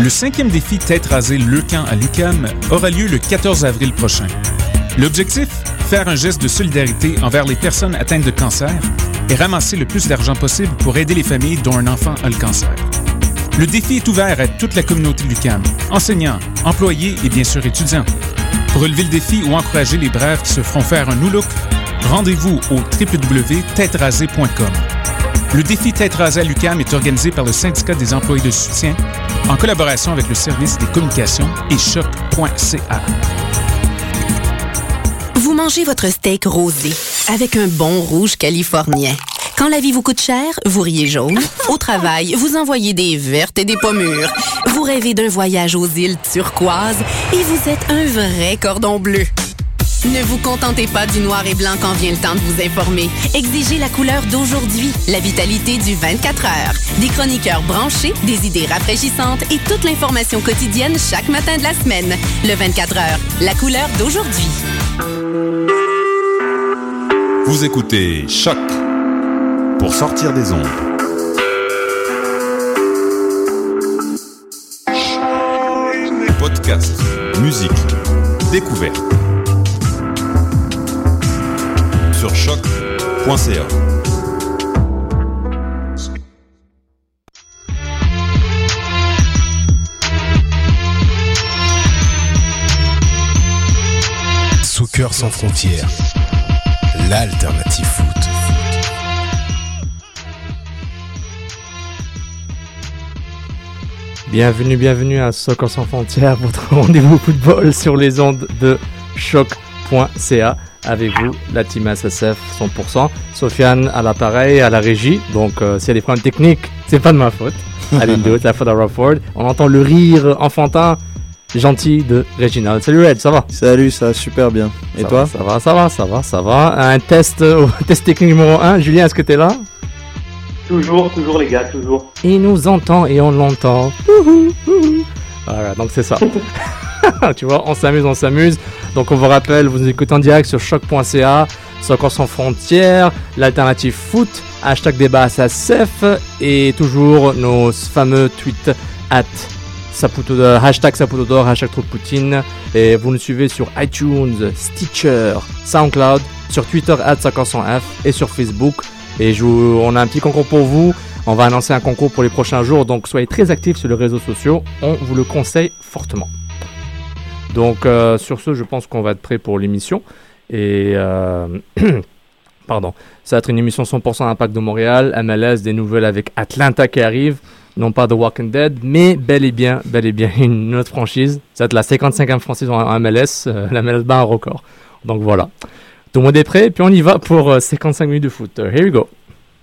Le 5e défi Tête rasée Leucan à l'UQAM aura lieu le 14 avril prochain. L'objectif? Faire un geste de solidarité envers les personnes atteintes de cancer et ramasser le plus d'argent possible pour aider les familles dont un enfant a le cancer. Le défi est ouvert à toute la communauté de l'UQAM, enseignants, employés et bien sûr étudiants. Pour relever le défi ou encourager les brèves qui se feront faire un new look, rendez-vous au www.têterasée.com. Le défi Tête rasée à l'UQAM est organisé par le Syndicat des employés de soutien en collaboration avec le service des communications et choc.ca. Vous mangez votre steak rosé avec un bon rouge californien. Quand la vie vous coûte cher, vous riez jaune. Au travail, vous envoyez des vertes et des pommures. Vous rêvez d'un voyage aux îles turquoises et vous êtes un vrai cordon bleu. Ne vous contentez pas du noir et blanc quand vient le temps de vous informer. Exigez la couleur d'aujourd'hui, la vitalité du 24 heures. Des chroniqueurs branchés, des idées rafraîchissantes et toute l'information quotidienne chaque matin de la semaine. Le 24 heures, la couleur d'aujourd'hui. Vous écoutez Choc pour sortir des ondes. Podcast, musique, découverte. Sur choc.ca. Soccer sans frontières, l'alternative foot. Bienvenue à Soccer sans frontières, votre rendez-vous football sur les ondes de choc.ca. Avec vous, la team SSF 100%. Sofiane à l'appareil, à la régie. Donc, s'il y a des problèmes techniques, c'est pas de ma faute. Allez, la faute à Rafford. On entend le rire enfantin, gentil de Reginald. Salut Red, ça va? Salut, ça va super bien. Et ça toi? Ça va. Un test technique numéro 1. Julien, est-ce que t'es là? Toujours les gars, toujours. Il nous entend et on l'entend. Voilà, donc c'est ça. Tu vois, on s'amuse. Donc on vous rappelle, vous nous écoutez en direct sur choc.ca, Soccer sans frontières, l'alternative foot, hashtag débat SSF et toujours nos fameux tweets hashtag Saputo d'or, hashtag Trop de Poutine. Et vous nous suivez sur iTunes, Stitcher, SoundCloud, sur Twitter Soccer sans F et sur Facebook. Et on a un petit concours pour vous. On va annoncer un concours pour les prochains jours, donc soyez très actifs sur les réseaux sociaux. On vous le conseille fortement. Donc sur ce, je pense qu'on va être prêt pour l'émission. Et pardon, ça va être une émission 100% Impact de Montréal, MLS, des nouvelles avec Atlanta qui arrive, non pas The Walking Dead, mais bel et bien une autre franchise. Ça va être la 55e franchise en MLS, la MLS bat un record. Donc voilà, tout le monde est prêt, puis on y va pour 55 minutes de foot. Here we go.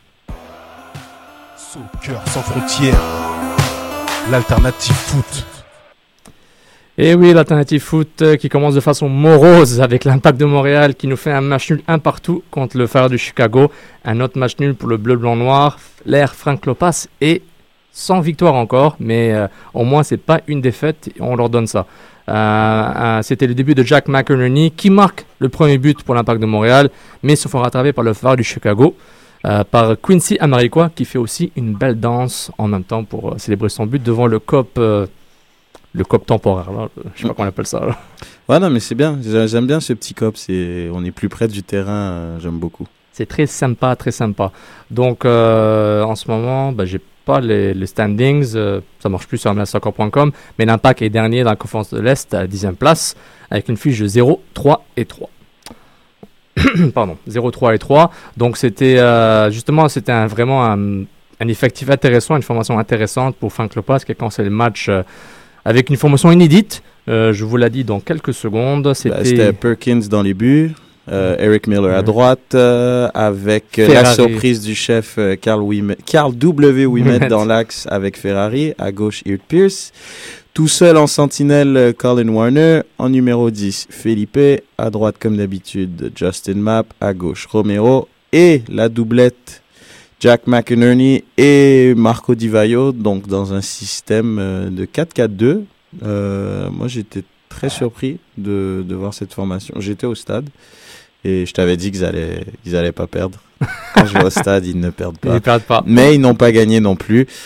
Soccer sans frontières, l'alternative foot. Et oui, l'alternative foot qui commence de façon morose avec l'Impact de Montréal qui nous fait un match nul 1 partout contre le Fire de Chicago. Un autre match nul pour le bleu-blanc-noir, l'ère Frank Lopas et sans victoire encore, mais au moins c'est pas une défaite, on leur donne ça. C'était le début de Jack McInerney qui marque le premier but pour l'Impact de Montréal, mais se font rattraper par le Fire de Chicago. Par Quincy Amarikwa qui fait aussi une belle danse en même temps pour célébrer son but devant le COP temporaire, là. Je sais pas comment on appelle ça. Là. Ouais, non, mais c'est bien. J'aime bien ce petit COP. On est plus près du terrain. J'aime beaucoup. C'est très sympa. Donc, en ce moment, j'ai pas les standings. Ça marche plus sur mlsoccer.com. Mais l'Impact est dernier dans la conférence de l'Est à 10e place avec une fiche de 0, 3 et 3. Pardon, 0, 3 et 3. Donc, c'était vraiment un effectif intéressant, une formation intéressante pour Frank Lopas qui a commencé le match avec une formation inédite. Je vous l'ai dit dans quelques secondes. C'était Perkins dans les buts, Eric Miller à droite, avec la surprise du chef Carl W. Ouimet dans l'axe avec Ferrari, à gauche Eert Pierce. Tout seul en sentinelle, Colin Warner. En numéro 10, Felipe. À droite, comme d'habitude, Justin Mapp. À gauche, Romero. Et la doublette, Jack McInerney et Marco Di Vaio. Donc, dans un système de 4-4-2. Moi, j'étais très surpris de voir cette formation. J'étais au stade et je t'avais dit qu'ils allaient pas perdre. Quand je vais au stade, ils ne perdent pas. Ils perdent pas. Mais ils n'ont pas gagné non plus.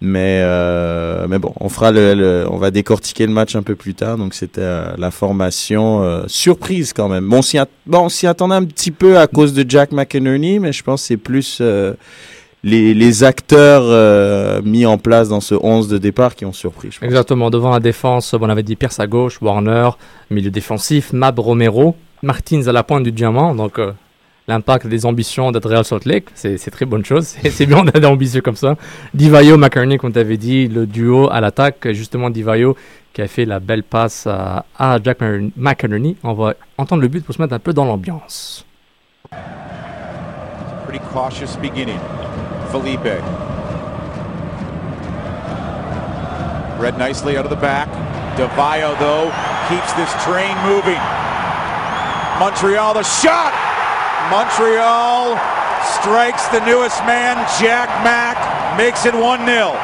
Mais bon, on va décortiquer le match un peu plus tard. Donc c'était la formation surprise quand même. Bon, on s'y attendait un petit peu à cause de Jack McInerney, mais je pense que c'est plus les acteurs mis en place dans ce 11 de départ qui ont surpris. Je pense. Exactement. Devant la défense, on avait dit Pierce à gauche, Warner, milieu défensif, Mab Romero, Martins à la pointe du diamant. Donc l'impact des ambitions d'être Real Salt Lake, c'est très bonne chose. C'est bien d'être ambitieux comme ça. Divayo, McInerney, comme tu avais dit, le duo à l'attaque. Justement, Divayo qui a fait la belle passe à Jack McInerney. On va entendre le but pour se mettre un peu dans l'ambiance. Pretty cautious beginning. Felipe. Read nicely out of the back. Divayo, though, keeps this train moving. Montreal, the shot! Montreal strikes the newest man, Jack Mack, makes it 1-0.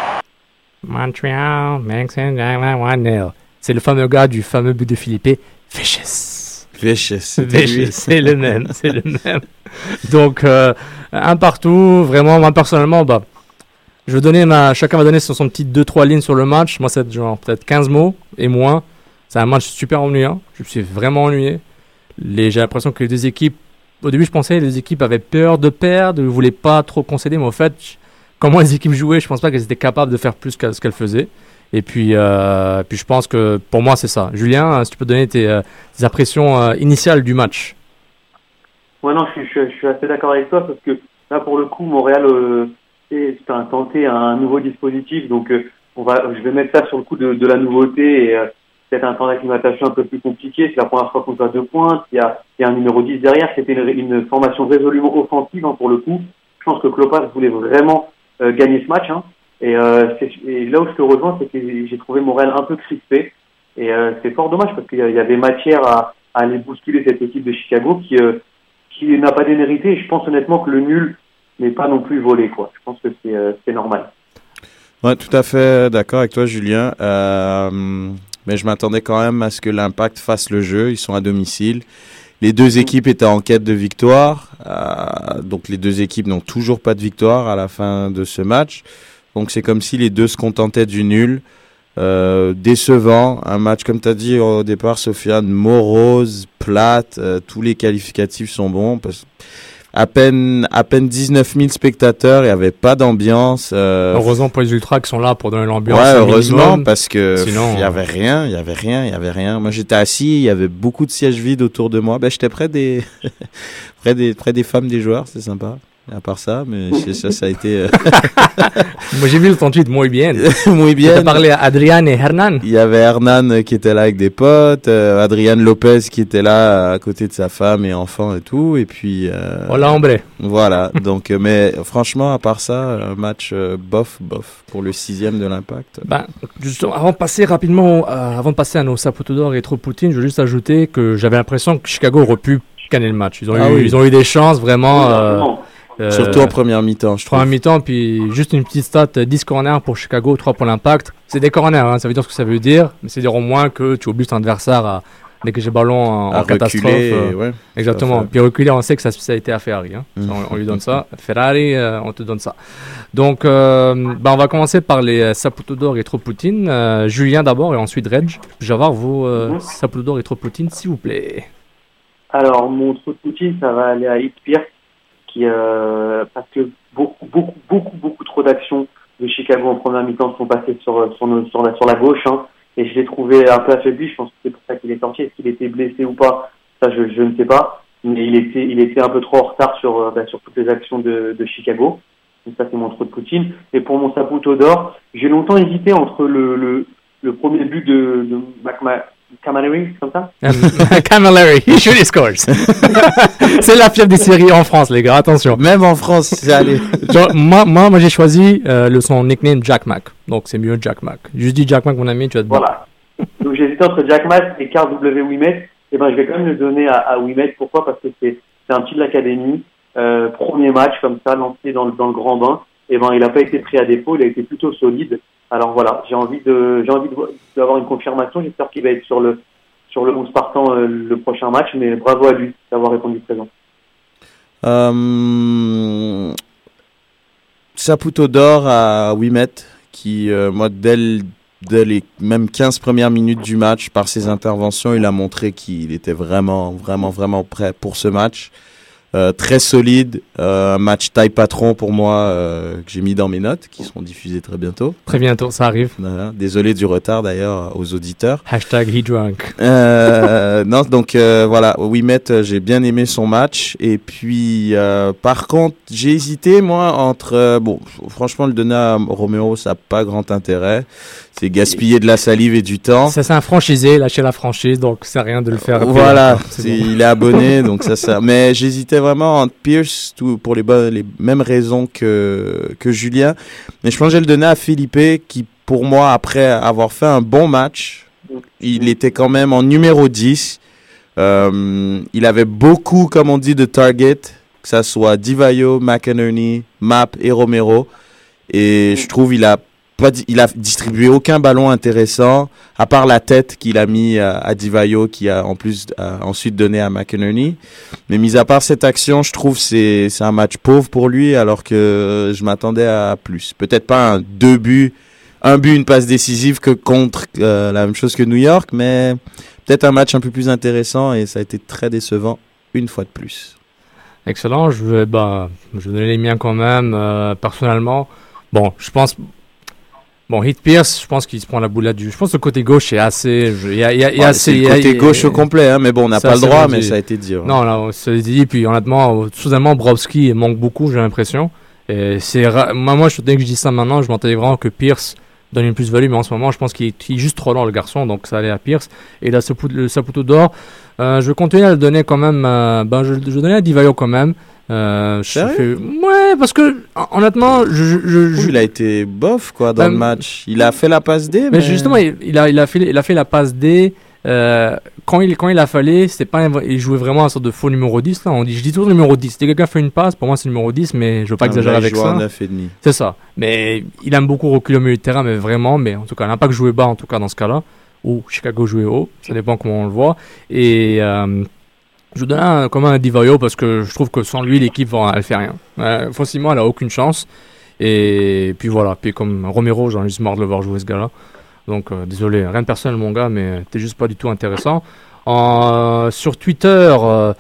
Montreal makes it 1-0. C'est le fameux gars du fameux but de Philippe. Vicious. C'est le même. Donc, un partout. Vraiment, moi, personnellement, je vais donner chacun va donner son petit 2-3 lignes sur le match. Moi, c'est genre peut-être 15 mots et moins. C'est un match super ennuyant. Je me suis vraiment ennuyé. J'ai l'impression que les deux équipes, au début, je pensais que les équipes avaient peur de perdre, ne voulaient pas trop concéder, mais au fait, comment les équipes jouaient, je pense pas qu'elles étaient capables de faire plus que ce qu'elles faisaient. Et puis je pense que pour moi, c'est ça. Julien, si tu peux donner tes impressions initiales du match. Ouais, non, je suis assez d'accord avec toi parce que là, pour le coup, Montréal a tenté un nouveau dispositif, donc je vais mettre ça sur le coup de la nouveauté et peut-être un temps d'acclimatation un peu plus compliqué. C'est la première fois qu'on voit 2 pointes. Il y a un numéro 10 derrière. C'était une formation résolument offensive, pour le coup. Je pense que Klopas voulait vraiment gagner ce match. Et là où je te rejoins, c'est que j'ai trouvé Montréal un peu crispé. Et c'est fort dommage parce qu'il y avait matière à aller bousculer cette équipe de Chicago qui n'a pas démérité. Et je pense honnêtement que le nul n'est pas non plus volé, quoi. Je pense que c'est normal. Ouais, tout à fait d'accord avec toi, Julien. Mais je m'attendais quand même à ce que l'Impact fasse le jeu. Ils sont à domicile. Les deux équipes étaient en quête de victoire. Donc les deux équipes n'ont toujours pas de victoire à la fin de ce match. Donc c'est comme si les deux se contentaient du nul. Décevant. Un match, comme tu as dit au départ, Sofiane, morose, plate. Tous les qualificatifs sont bons. À peine 19 000 spectateurs, il n'y avait pas d'ambiance. Heureusement pour les Ultras qui sont là pour donner l'ambiance. Ouais, heureusement, minimum, parce que sinon, il y avait rien. Moi, j'étais assis, il y avait beaucoup de sièges vides autour de moi. J'étais près des femmes des joueurs, c'est sympa. À part ça, mais ça a été... Moi, j'ai vu ton tweet, muy bien. Muy bien. Tu as parlé à Adrian et Hernan. Il y avait Hernan qui était là avec des potes, Adrian Lopez qui était là à côté de sa femme et enfants et tout, et puis... Hola, hombre. Voilà, donc, mais franchement, à part ça, un match bof, pour le 6e de l'Impact. Justement, avant de passer rapidement, avant de passer à nos Saputo d'or et trop Poutine, je veux juste ajouter que j'avais l'impression que Chicago aurait pu gagner le match. Ils ont eu des chances, vraiment... Surtout en première mi-temps, je trouve. Première mi-temps, puis juste une petite stat, 10 corners pour Chicago, 3 pour l'Impact. C'est des corners, ça veut dire ce que ça veut dire, mais c'est dire au moins que tu obliges ton adversaire à dégager le ballon en catastrophe. Ouais, exactement. Puis reculer, on sait que ça a été à Ferrari. On lui donne ça. Ferrari, on te donne ça. Donc, on va commencer par les Saputo d'or et trop Poutine. Julien d'abord et ensuite Reg. Je vais avoir vos Saputo d'or et trop Poutine, s'il vous plaît. Alors, mon trop Poutine, ça va aller à Heath Pierce. Parce que beaucoup trop d'actions de Chicago en première mi-temps sont passées sur la gauche, et je l'ai trouvé un peu affaibli. Je pense que c'est pour ça qu'il est sorti. Est-ce qu'il était blessé ou pas? Ça, je ne sais pas, mais il était un peu trop en retard sur toutes les actions de Chicago. Donc ça, c'est mon trop de Poutine. Et pour mon Saputo d'or, j'ai longtemps hésité entre le premier but de Camilleri, comme ça? Camilleri, he shoot, he scores. C'est la fièvre des séries en France, les gars, attention. Même en France, c'est allé. Moi, j'ai choisi son nickname Jack Mack. Donc, c'est mieux Jack Mack. Juste dis Jack Mack, mon ami, tu vas te Voilà. Donc, j'hésitais entre Jack Mack et Carl W. Ouimet. Et je vais quand même le donner à Ouimet. Pourquoi? Parce que c'est un petit de l'académie. Premier match, comme ça, lancé dans le grand bain. Il n'a pas été pris à défaut. Il a été plutôt solide. Alors voilà, j'ai envie d'avoir une confirmation. J'espère qu'il va être sur le 11 partant le prochain match, mais bravo à lui d'avoir répondu présent. Saputo d'or à Ouimet, qui, moi, dès les même 15 premières minutes du match, par ses interventions, il a montré qu'il était vraiment prêt pour ce match. Très solide, un match taille patron pour moi que j'ai mis dans mes notes, qui seront diffusées très bientôt. Très bientôt, ça arrive. Voilà. Désolé du retard d'ailleurs aux auditeurs. #HeDrunk. Non, donc voilà, Ouimet, j'ai bien aimé son match. Et puis, par contre, j'ai hésité moi entre... bon, franchement, le donner à Romero, ça n'a pas grand intérêt. C'est gaspiller de la salive et du temps. Ça, c'est un franchisé, lâcher la franchise, donc c'est rien de le faire. Voilà, il est abonné, donc ça. Mais j'hésitais vraiment entre Pierce, pour les mêmes raisons que Julien. Mais je pense que je vais le donner à Felipe, qui, pour moi, après avoir fait un bon match, il était quand même en numéro 10. Il avait beaucoup, comme on dit, de target, que ça soit Divayo, McInerney, Mapp et Romero. Et je trouve il a distribué aucun ballon intéressant, à part la tête qu'il a mis à Divayo, qui a en plus ensuite donné à McInerney. Mais mis à part cette action, je trouve c'est un match pauvre pour lui, alors que je m'attendais à plus. Peut-être pas un but, une passe décisive que contre la même chose que New York, mais peut-être un match un peu plus intéressant, et ça a été très décevant une fois de plus. Excellent, je vais donner les miens quand même, personnellement. Bon, je pense... Bon, Heath Pierce, je pense qu'il se prend la boulette je pense que le côté gauche est assez... c'est le côté gauche au complet, hein, mais bon, on n'a pas le droit, mais ça a été dit. Ouais. Non, c'est dit, puis honnêtement, soudainement, Bobrovsky manque beaucoup, j'ai l'impression. Et moi, dès que je dis ça maintenant, je m'entendais vraiment que Pierce donne une plus-value, mais en ce moment, je pense qu'il est juste trop lent, le garçon, donc ça allait à Pierce. Et là, le Saputo d'or, je vais continuer à le donner quand même, je vais donner à Divayo quand même. Ouais, parce que honnêtement, il a été bof quoi dans le match. Il a fait la passe D, mais justement, il a fait la passe D. Quand il a fallu, c'était pas il jouait vraiment un sorte de faux numéro 10 là. Je dis toujours numéro 10. Si quelqu'un fait une passe, pour moi c'est numéro 10, mais je veux pas exagérer avec ça. 9,5. C'est ça. Mais il aime beaucoup reculer au milieu de terrain, mais vraiment, mais en tout cas, il n'a pas que jouer bas en tout cas dans ce cas-là, ou Chicago jouait haut, ça dépend comment on le voit. Et je vous donne comme un Divayo parce que je trouve que sans lui l'équipe elle fait rien. Facilement elle a aucune chance. Et puis voilà, puis comme Romero, j'en ai juste marre de le voir jouer ce gars-là. Donc désolé, rien de personnel mon gars, mais t'es juste pas du tout intéressant. Sur Twitter,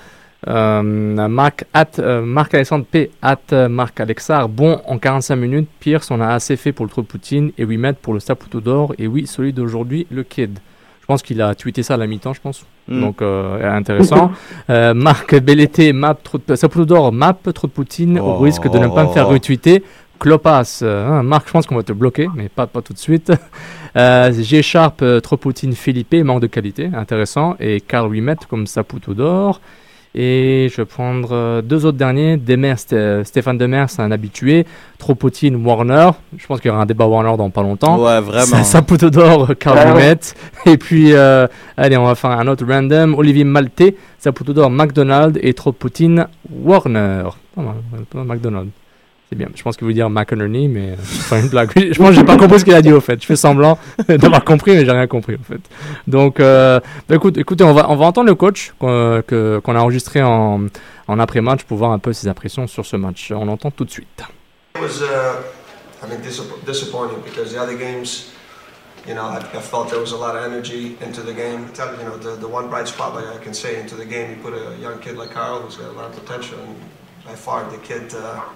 Marc Alexandre P Marc Alexard, bon en 45 minutes, Pierce on a assez fait pour le trou de Poutine et Ouimet pour le Saputo d'or, et oui, celui d'aujourd'hui, le Kid. Je pense qu'il a tweeté ça à la mi-temps, je pense. Donc, intéressant. Marc Belleté, Saputo d'or, trop de Poutine, au risque de ne pas me faire retweeter. Klopas, Marc, je pense qu'on va te bloquer, mais pas tout de suite. G Sharp, trop Poutine, Philippe, manque de qualité, intéressant. Et Carl Ouimet comme Saputo d'or. Et je vais prendre deux autres derniers. Stéphane Demers, c'est un habitué. Trop Poutine, Warner. Je pense qu'il y aura un débat Warner dans pas longtemps. Ouais, vraiment. Saputo d'or, Carl Ouimet. Et puis, allez, on va faire un autre random. Olivier Maltais, Saputo d'or, McDonald. Et Trop Poutine, Warner. Pas McDonald. C'est bien. Je pense qu'il voulait dire McInerney, mais c'est pas une blague. Je pense que j'ai pas compris ce qu'il a dit au fait. Je fais semblant d'avoir compris, mais j'ai rien compris au fait. Donc, écoutez, on va entendre le coach qu'on a enregistré en après-match pour voir un peu ses impressions sur ce match. On l'entend tout de suite. It was, I think, disappointing because the other games, you know, I felt there was a lot of energy into the game. You know, the one bright spot, like I can say, into the game, you put a young kid like Carl who's got a lot of potential, and by far the kid.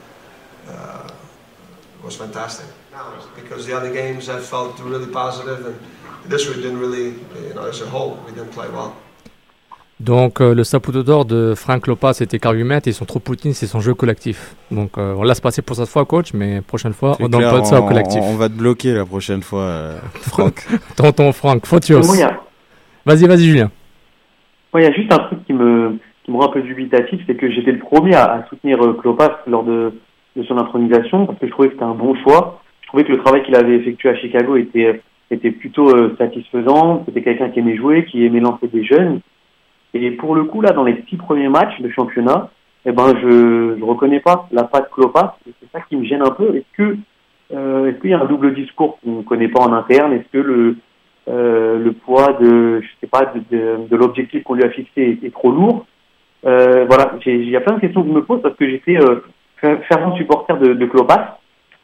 Was fantastic because the other games I felt really positive, and this we didn't really, you know, as a whole we didn't play well. Donc le Saputo d'or de Frank Lopas c'était Carl Ouimet et son trop Poutine c'est son jeu collectif. Donc on laisse passer pour cette fois coach, mais prochaine fois on donne pas de ça au collectif. On va te bloquer la prochaine fois, Franck. Tonton Franck, Photios. Vas-y Julien. Il y a juste un truc qui me rend un peu dubitatif, c'est que j'étais le premier à soutenir Klopas lors de son intronisation, parce que je trouvais que c'était un bon choix. Je trouvais que le travail qu'il avait effectué à Chicago était plutôt satisfaisant. C'était quelqu'un qui aimait jouer, qui aimait lancer des jeunes. Et pour le coup, là, dans les 6 premiers matchs de championnat, je reconnais pas la patte Klopas. C'est ça qui me gêne un peu. Est-ce qu'il y a un double discours qu'on ne connaît pas en interne? Est-ce que le poids de l'objectif qu'on lui a fixé est trop lourd? Voilà, il y a plein de questions que je me pose parce que j'étais fervent supporter de Klopas.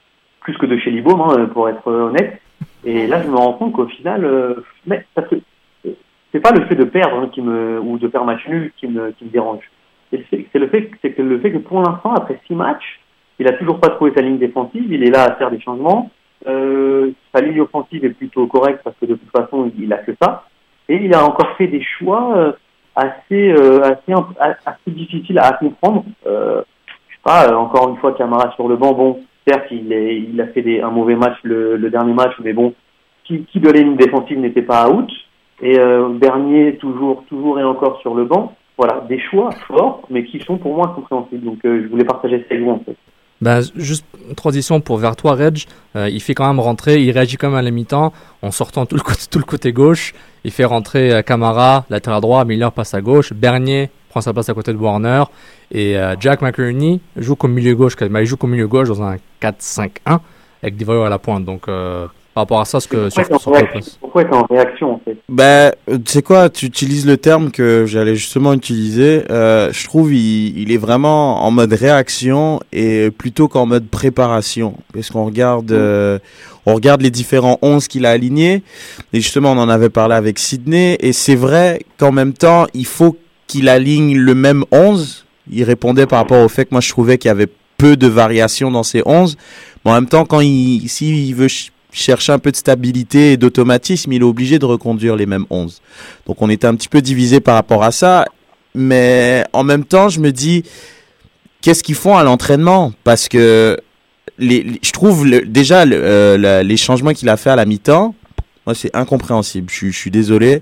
plus que de chez Libaume, pour être honnête. Et là, je me rends compte qu'au final, c'est pas le fait de perdre ou de faire match nul qui me dérange. C'est le fait que pour l'instant, après 6 matchs, il a toujours pas trouvé sa ligne défensive. Il est là à faire des changements. Sa ligne offensive est plutôt correcte parce que de toute façon, il a que ça. Et il a encore fait des choix assez difficiles à comprendre. Je sais pas. Encore une fois, Camara sur le banc. Bon, certes, il a fait un mauvais match le dernier match, mais bon, qui de la ligne défensive n'était pas out. Et Bernier toujours et encore sur le banc. Voilà, des choix forts, mais qui sont pour moi compréhensibles. Donc, je voulais partager ça avec vous, en fait. Juste une transition vers toi, Reg. Il fait quand même rentrer, il réagit quand même à la mi-temps en sortant tout le côté gauche. Il fait rentrer Camara, latéral droit, Miller passe à gauche, Bernier prend sa place à côté de Warner et Jack McInerney joue comme milieu gauche. Il joue comme milieu gauche dans un 4-5-1 avec Divayo à la pointe. Donc par rapport à ça, pourquoi tu es en réaction en fait? Tu sais quoi, tu utilises le terme que j'allais justement utiliser. Je trouve il est vraiment en mode réaction et plutôt qu'en mode préparation. Parce qu'on regarde les différents 11 qu'il a alignés. Et justement, on en avait parlé avec Sydney. Et c'est vrai qu'en même temps, il faut qu'il aligne le même 11. Il répondait par rapport au fait que moi, je trouvais qu'il y avait peu de variations dans ces 11. Mais en même temps, s'il veut chercher un peu de stabilité et d'automatisme, il est obligé de reconduire les mêmes 11. Donc on était un petit peu divisé par rapport à ça, mais en même temps, je me dis, qu'est-ce qu'ils font à l'entraînement? Parce que je trouve les changements qu'il a fait à la mi-temps, moi c'est incompréhensible. Je suis désolé.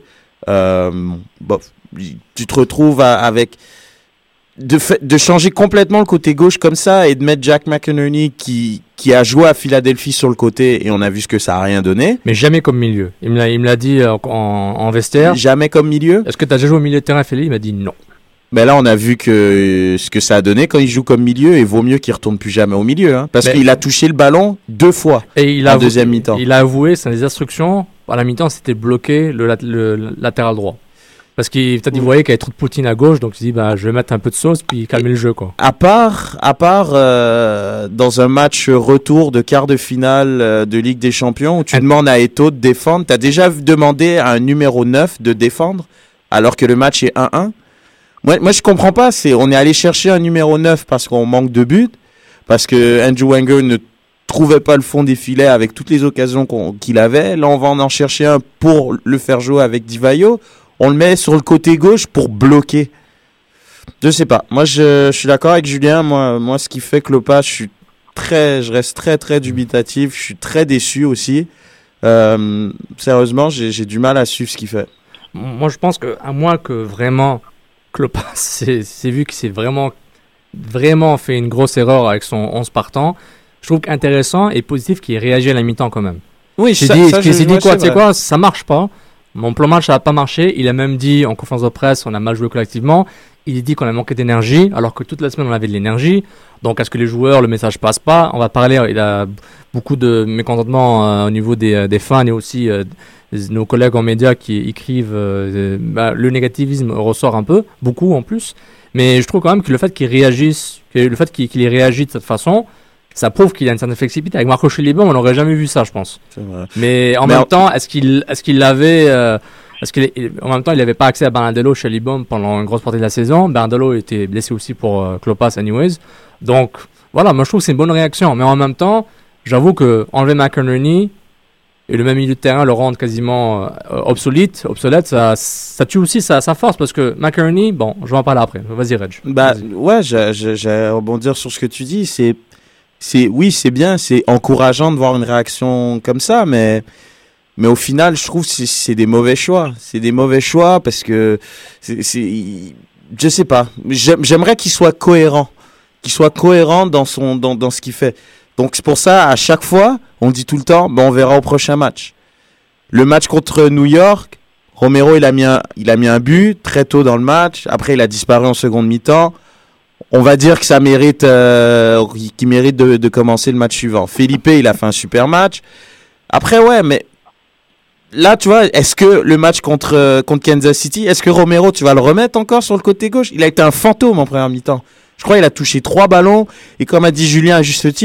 Tu te retrouves avec de changer complètement le côté gauche comme ça et de mettre Jack McInerney qui a joué à Philadelphie sur le côté et on a vu ce que ça a rien donné. Mais jamais comme milieu. Il me l'a dit en vestiaire. Jamais comme milieu. Est-ce que tu as déjà joué au milieu de terrain, Philly? Il m'a dit non. Mais là, on a vu ce que ça a donné quand il joue comme milieu et vaut mieux qu'il retourne plus jamais au milieu, parce qu'il a touché le ballon 2 fois en deuxième mi-temps. Il a avoué, c'est des instructions. À la mi-temps, c'était bloqué le latéral droit. Parce qu'il voyait qu'il y avait trop de poutine à gauche, donc il dit je vais mettre un peu de sauce puis calmer le jeu quoi. À part dans un match retour de quart de finale de Ligue des Champions où tu demandes à Eto'o de défendre, t'as déjà demandé à un numéro 9 de défendre alors que le match est 1-1. Moi je comprends pas, on est allé chercher un numéro 9 parce qu'on manque de buts, parce que Andrew Wenger ne trouvait pas le fond des filets avec toutes les occasions qu'il avait. Là on va en chercher un pour le faire jouer avec Divayo. On le met sur le côté gauche pour bloquer. Je sais pas. Moi, je suis d'accord avec Julien. Moi, ce qui fait que Klopas, je reste très, très dubitatif. Je suis très déçu aussi. Sérieusement, j'ai du mal à suivre ce qu'il fait. Moi, je pense que, à moins que vraiment Klopas c'est vu qu'il s'est vraiment fait une grosse erreur avec son 11 partant, je trouve qu'intéressant et positif qu'il ait réagi à la mi-temps quand même. Oui, il s'est dit quoi, tu sais quoi, ça marche pas. Mon plan match n'a pas marché. Il a même dit en conférence de presse, on a mal joué collectivement. Il dit qu'on a manqué d'énergie, alors que toute la semaine on avait de l'énergie. Donc est-ce que les joueurs, le message passe pas? On va parler. Il a beaucoup de mécontentement au niveau des fans et aussi nos collègues en médias qui écrivent. Le négativisme ressort un peu, beaucoup en plus. Mais je trouve quand même que le fait qu'il réagisse, qu'il ait réagi de cette façon, ça prouve qu'il a une certaine flexibilité. Avec Marco Schellibaum, on n'aurait jamais vu ça, je pense. C'est vrai. Mais en même temps, en même temps, il n'avait pas accès à Bernardello chez Schellibaum pendant une grosse partie de la saison. Bernardello était blessé aussi pour Klopas anyways. Donc, voilà, moi je trouve que c'est une bonne réaction. Mais en même temps, j'avoue que enlever McInerney et le même milieu de terrain le rendre quasiment obsolète, ça tue aussi sa force parce que McInerney, bon, je vais en parler après. Vas-y, Reg. Ouais, j'ai rebondir sur ce que tu dis. Oui, c'est bien, c'est encourageant de voir une réaction comme ça, mais au final, je trouve que c'est des mauvais choix. C'est des mauvais choix parce que je sais pas. J'aimerais qu'il soit cohérent, dans ce qu'il fait. Donc c'est pour ça, à chaque fois, on dit tout le temps, on verra au prochain match. Le match contre New York, Romero il a mis un but très tôt dans le match. Après, il a disparu en seconde mi-temps. On va dire que ça mérite, qu'il mérite de commencer le match suivant. Felipe, il a fait un super match. Après, ouais, mais là, tu vois, est-ce que le match contre Kansas City, est-ce que Romero, tu vas le remettre encore sur le côté gauche? Il a été un fantôme en première mi-temps. Je crois qu'il a touché 3 ballons. Et comme a dit Julien à juste titre,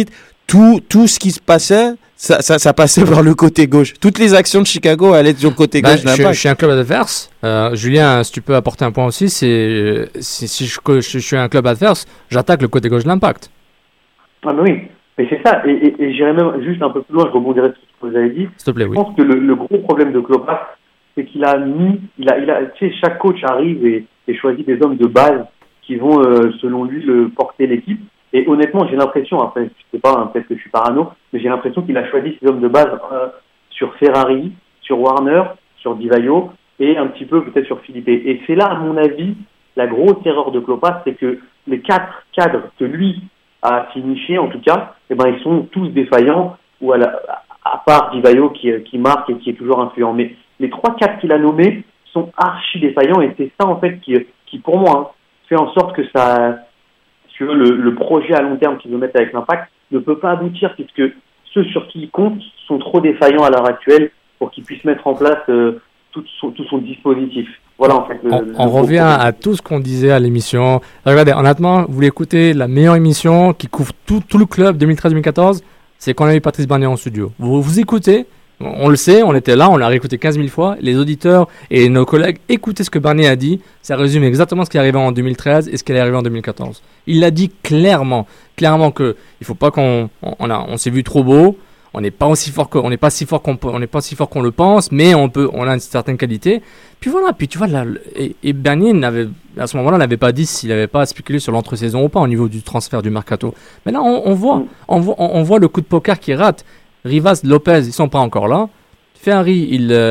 tout ce qui se passait, ça passait par le côté gauche. Toutes les actions de Chicago allaient sur le côté gauche d'Impact. Je suis un club adverse. Julien, si tu peux apporter un point aussi, c'est si je suis un club adverse, j'attaque le côté gauche de l'Impact. Ah mais oui, mais c'est ça. Et j'irais même juste un peu plus loin, je rebondirai sur ce que vous avez dit. S'il te plaît, oui. Je pense que le gros problème de Klopas, c'est qu'il a mis, tu sais, chaque coach arrive et choisit des hommes de base qui vont, selon lui, porter l'équipe. Et honnêtement, j'ai l'impression, après, je sais pas, hein, peut-être que je suis parano, mais j'ai l'impression qu'il a choisi ces hommes de base sur Ferrari, sur Warner, sur Di Vaio et un petit peu peut-être sur Philippe. Et c'est là, à mon avis, la grosse erreur de Klopas, c'est que les 4 cadres que lui a finichés, en tout cas, eh ben, ils sont tous défaillants, ou à part Di Vaio qui marque et qui est toujours influent. Mais les 3-4 qu'il a nommés sont archi défaillants, et c'est ça, en fait, qui pour moi, hein, fait en sorte que ça, si tu veux, le projet à long terme qu'il veut mettre avec l'Impact ne peut pas aboutir, puisque ceux sur qui il compte sont trop défaillants à l'heure actuelle pour qu'il puisse mettre en place tout son dispositif. Voilà, en fait. On revient à tout ce qu'on disait à l'émission. Regardez, honnêtement, vous voulez écouter la meilleure émission qui couvre tout le club 2013-2014, c'est quand on a eu Patrice Bernier en studio. Vous écoutez, on le sait, on était là, on l'a réécouté 15 000 fois. Les auditeurs et nos collègues écoutaient ce que Bernier a dit. Ça résume exactement ce qui est arrivé en 2013 et ce qui est arrivé en 2014. Il l'a dit clairement que il faut pas on s'est vu trop beau. On n'est pas aussi fort on n'est pas si fort qu'on le pense, mais on a une certaine qualité. Puis voilà, puis tu vois là, et Bernier à ce moment-là n'avait pas dit s'il n'avait pas spéculé sur l'entre-saison ou pas au niveau du transfert du mercato. Mais là on voit le coup de poker qui rate. Rivas, Lopez, ils sont pas encore là. Ferrari,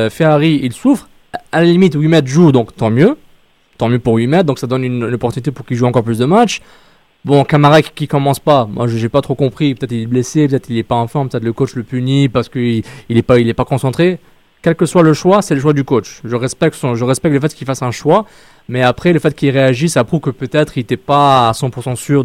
il souffre. À la limite, 8 mètres joue, donc tant mieux pour 8 mètres, donc ça donne une opportunité pour qu'il joue encore plus de matchs. Bon, Camara qui commence pas, moi j'ai pas trop compris, peut-être il est blessé, peut-être il est pas en forme, peut-être le coach le punit parce qu'il est pas concentré. Quel que soit le choix, c'est le choix du coach. Je respecte le fait qu'il fasse un choix, mais après le fait qu'il réagisse, ça prouve que peut-être il était pas à 100% sûr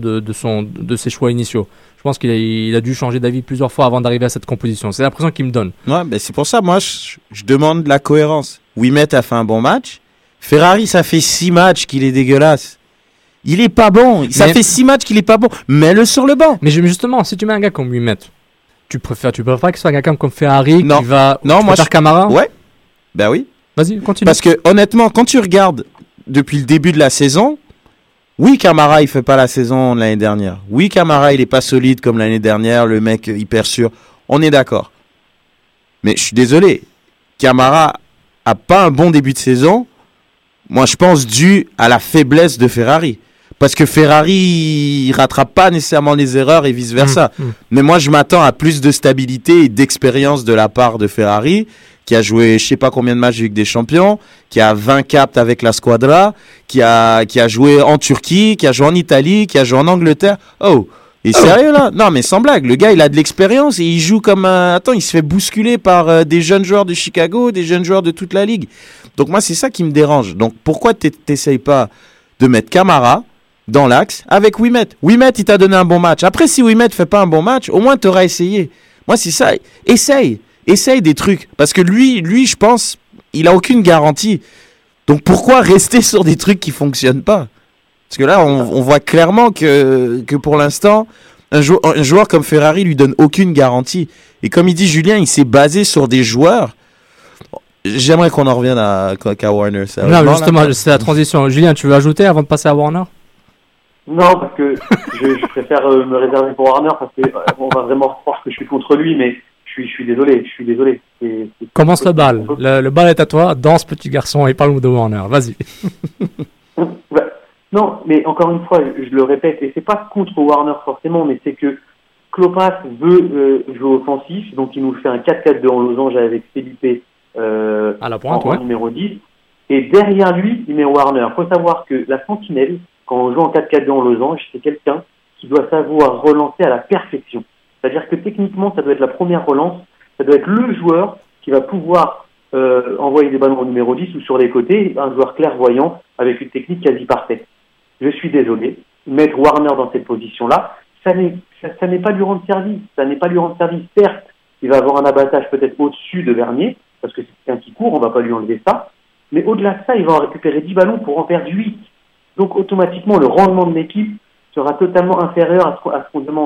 de ses choix initiaux. Je pense qu'il a dû changer d'avis plusieurs fois avant d'arriver à cette composition. C'est l'impression qu'il me donne. Ouais, ben c'est pour ça, moi je demande de la cohérence. Ouimet a fait un bon match. Ferrari, ça fait 6 matchs qu'il est dégueulasse. Il est pas bon. Ça fait 6 matchs qu'il est pas bon. Mets-le sur le banc. Mais justement, si tu mets un gars comme Ouimet, tu préfères que ce soit quelqu'un comme Ferrari qui va faire Camara? Ouais. Ben oui. Vas-y, continue. Parce que honnêtement, quand tu regardes depuis le début de la saison, oui, Camara, il fait pas la saison de l'année dernière. Oui, Camara, il est pas solide comme l'année dernière, le mec hyper sûr. On est d'accord. Mais je suis désolé. Camara a pas un bon début de saison. Moi, je pense dû à la faiblesse de Ferrari. Parce que Ferrari, il rattrape pas nécessairement les erreurs et vice-versa. Mais moi, je m'attends à plus de stabilité et d'expérience de la part de Ferrari, qui a joué je sais pas combien de matchs de Ligue des Champions, qui a 20 caps avec la Squadra, qui a joué en Turquie, qui a joué en Italie, qui a joué en Angleterre. Oh, il est sérieux là? Non, mais sans blague, le gars, il a de l'expérience et il joue comme un... Attends, il se fait bousculer par des jeunes joueurs de Chicago, des jeunes joueurs de toute la Ligue. Donc moi, c'est ça qui me dérange. Donc pourquoi t'essayes pas de mettre Camara dans l'axe avec Ouimet? Ouimet, il t'a donné un bon match. Après, si Ouimet fait pas un bon match, au moins t'auras essayé. Moi, c'est ça. Essaye des trucs. Parce que lui, je pense, il a aucune garantie. Donc pourquoi rester sur des trucs qui fonctionnent pas? Parce que là, on voit clairement que pour l'instant, un joueur comme Ferrari lui donne aucune garantie. Et comme il dit Julien, il s'est basé sur des joueurs. J'aimerais qu'on en revienne qu'à Warner. Non, justement, c'est la transition. Julien, tu veux ajouter avant de passer à Warner? Non, parce que je préfère me réserver pour Warner, parce qu'on va vraiment croire que je suis contre lui, mais je suis désolé. Commence le bal. Le bal est à toi. Danse, petit garçon, et parle-nous de Warner. Vas-y. Non, mais encore une fois, je le répète, et c'est pas contre Warner forcément, mais c'est que Klopas veut jouer offensif, donc il nous fait un 4-4-2 en losange avec Felipe à la pointe, en numéro 10, et derrière lui, il met Warner. Il faut savoir que la sentinelle, quand on joue en 4-4-2 en losange, c'est quelqu'un qui doit savoir relancer à la perfection. C'est-à-dire que techniquement, ça doit être la première relance, ça doit être le joueur qui va pouvoir envoyer des ballons au numéro 10 ou sur les côtés, un joueur clairvoyant avec une technique quasi parfaite. Je suis désolé, mettre Warner dans cette position-là, ça n'est pas lui rendre service. Certes, il va avoir un abattage peut-être au-dessus de Bernier, parce que c'est un qui court, on ne va pas lui enlever ça. Mais au-delà de ça, il va en récupérer 10 ballons pour en perdre 8. Donc automatiquement, le rendement de l'équipe sera totalement inférieur à ce qu'on demande.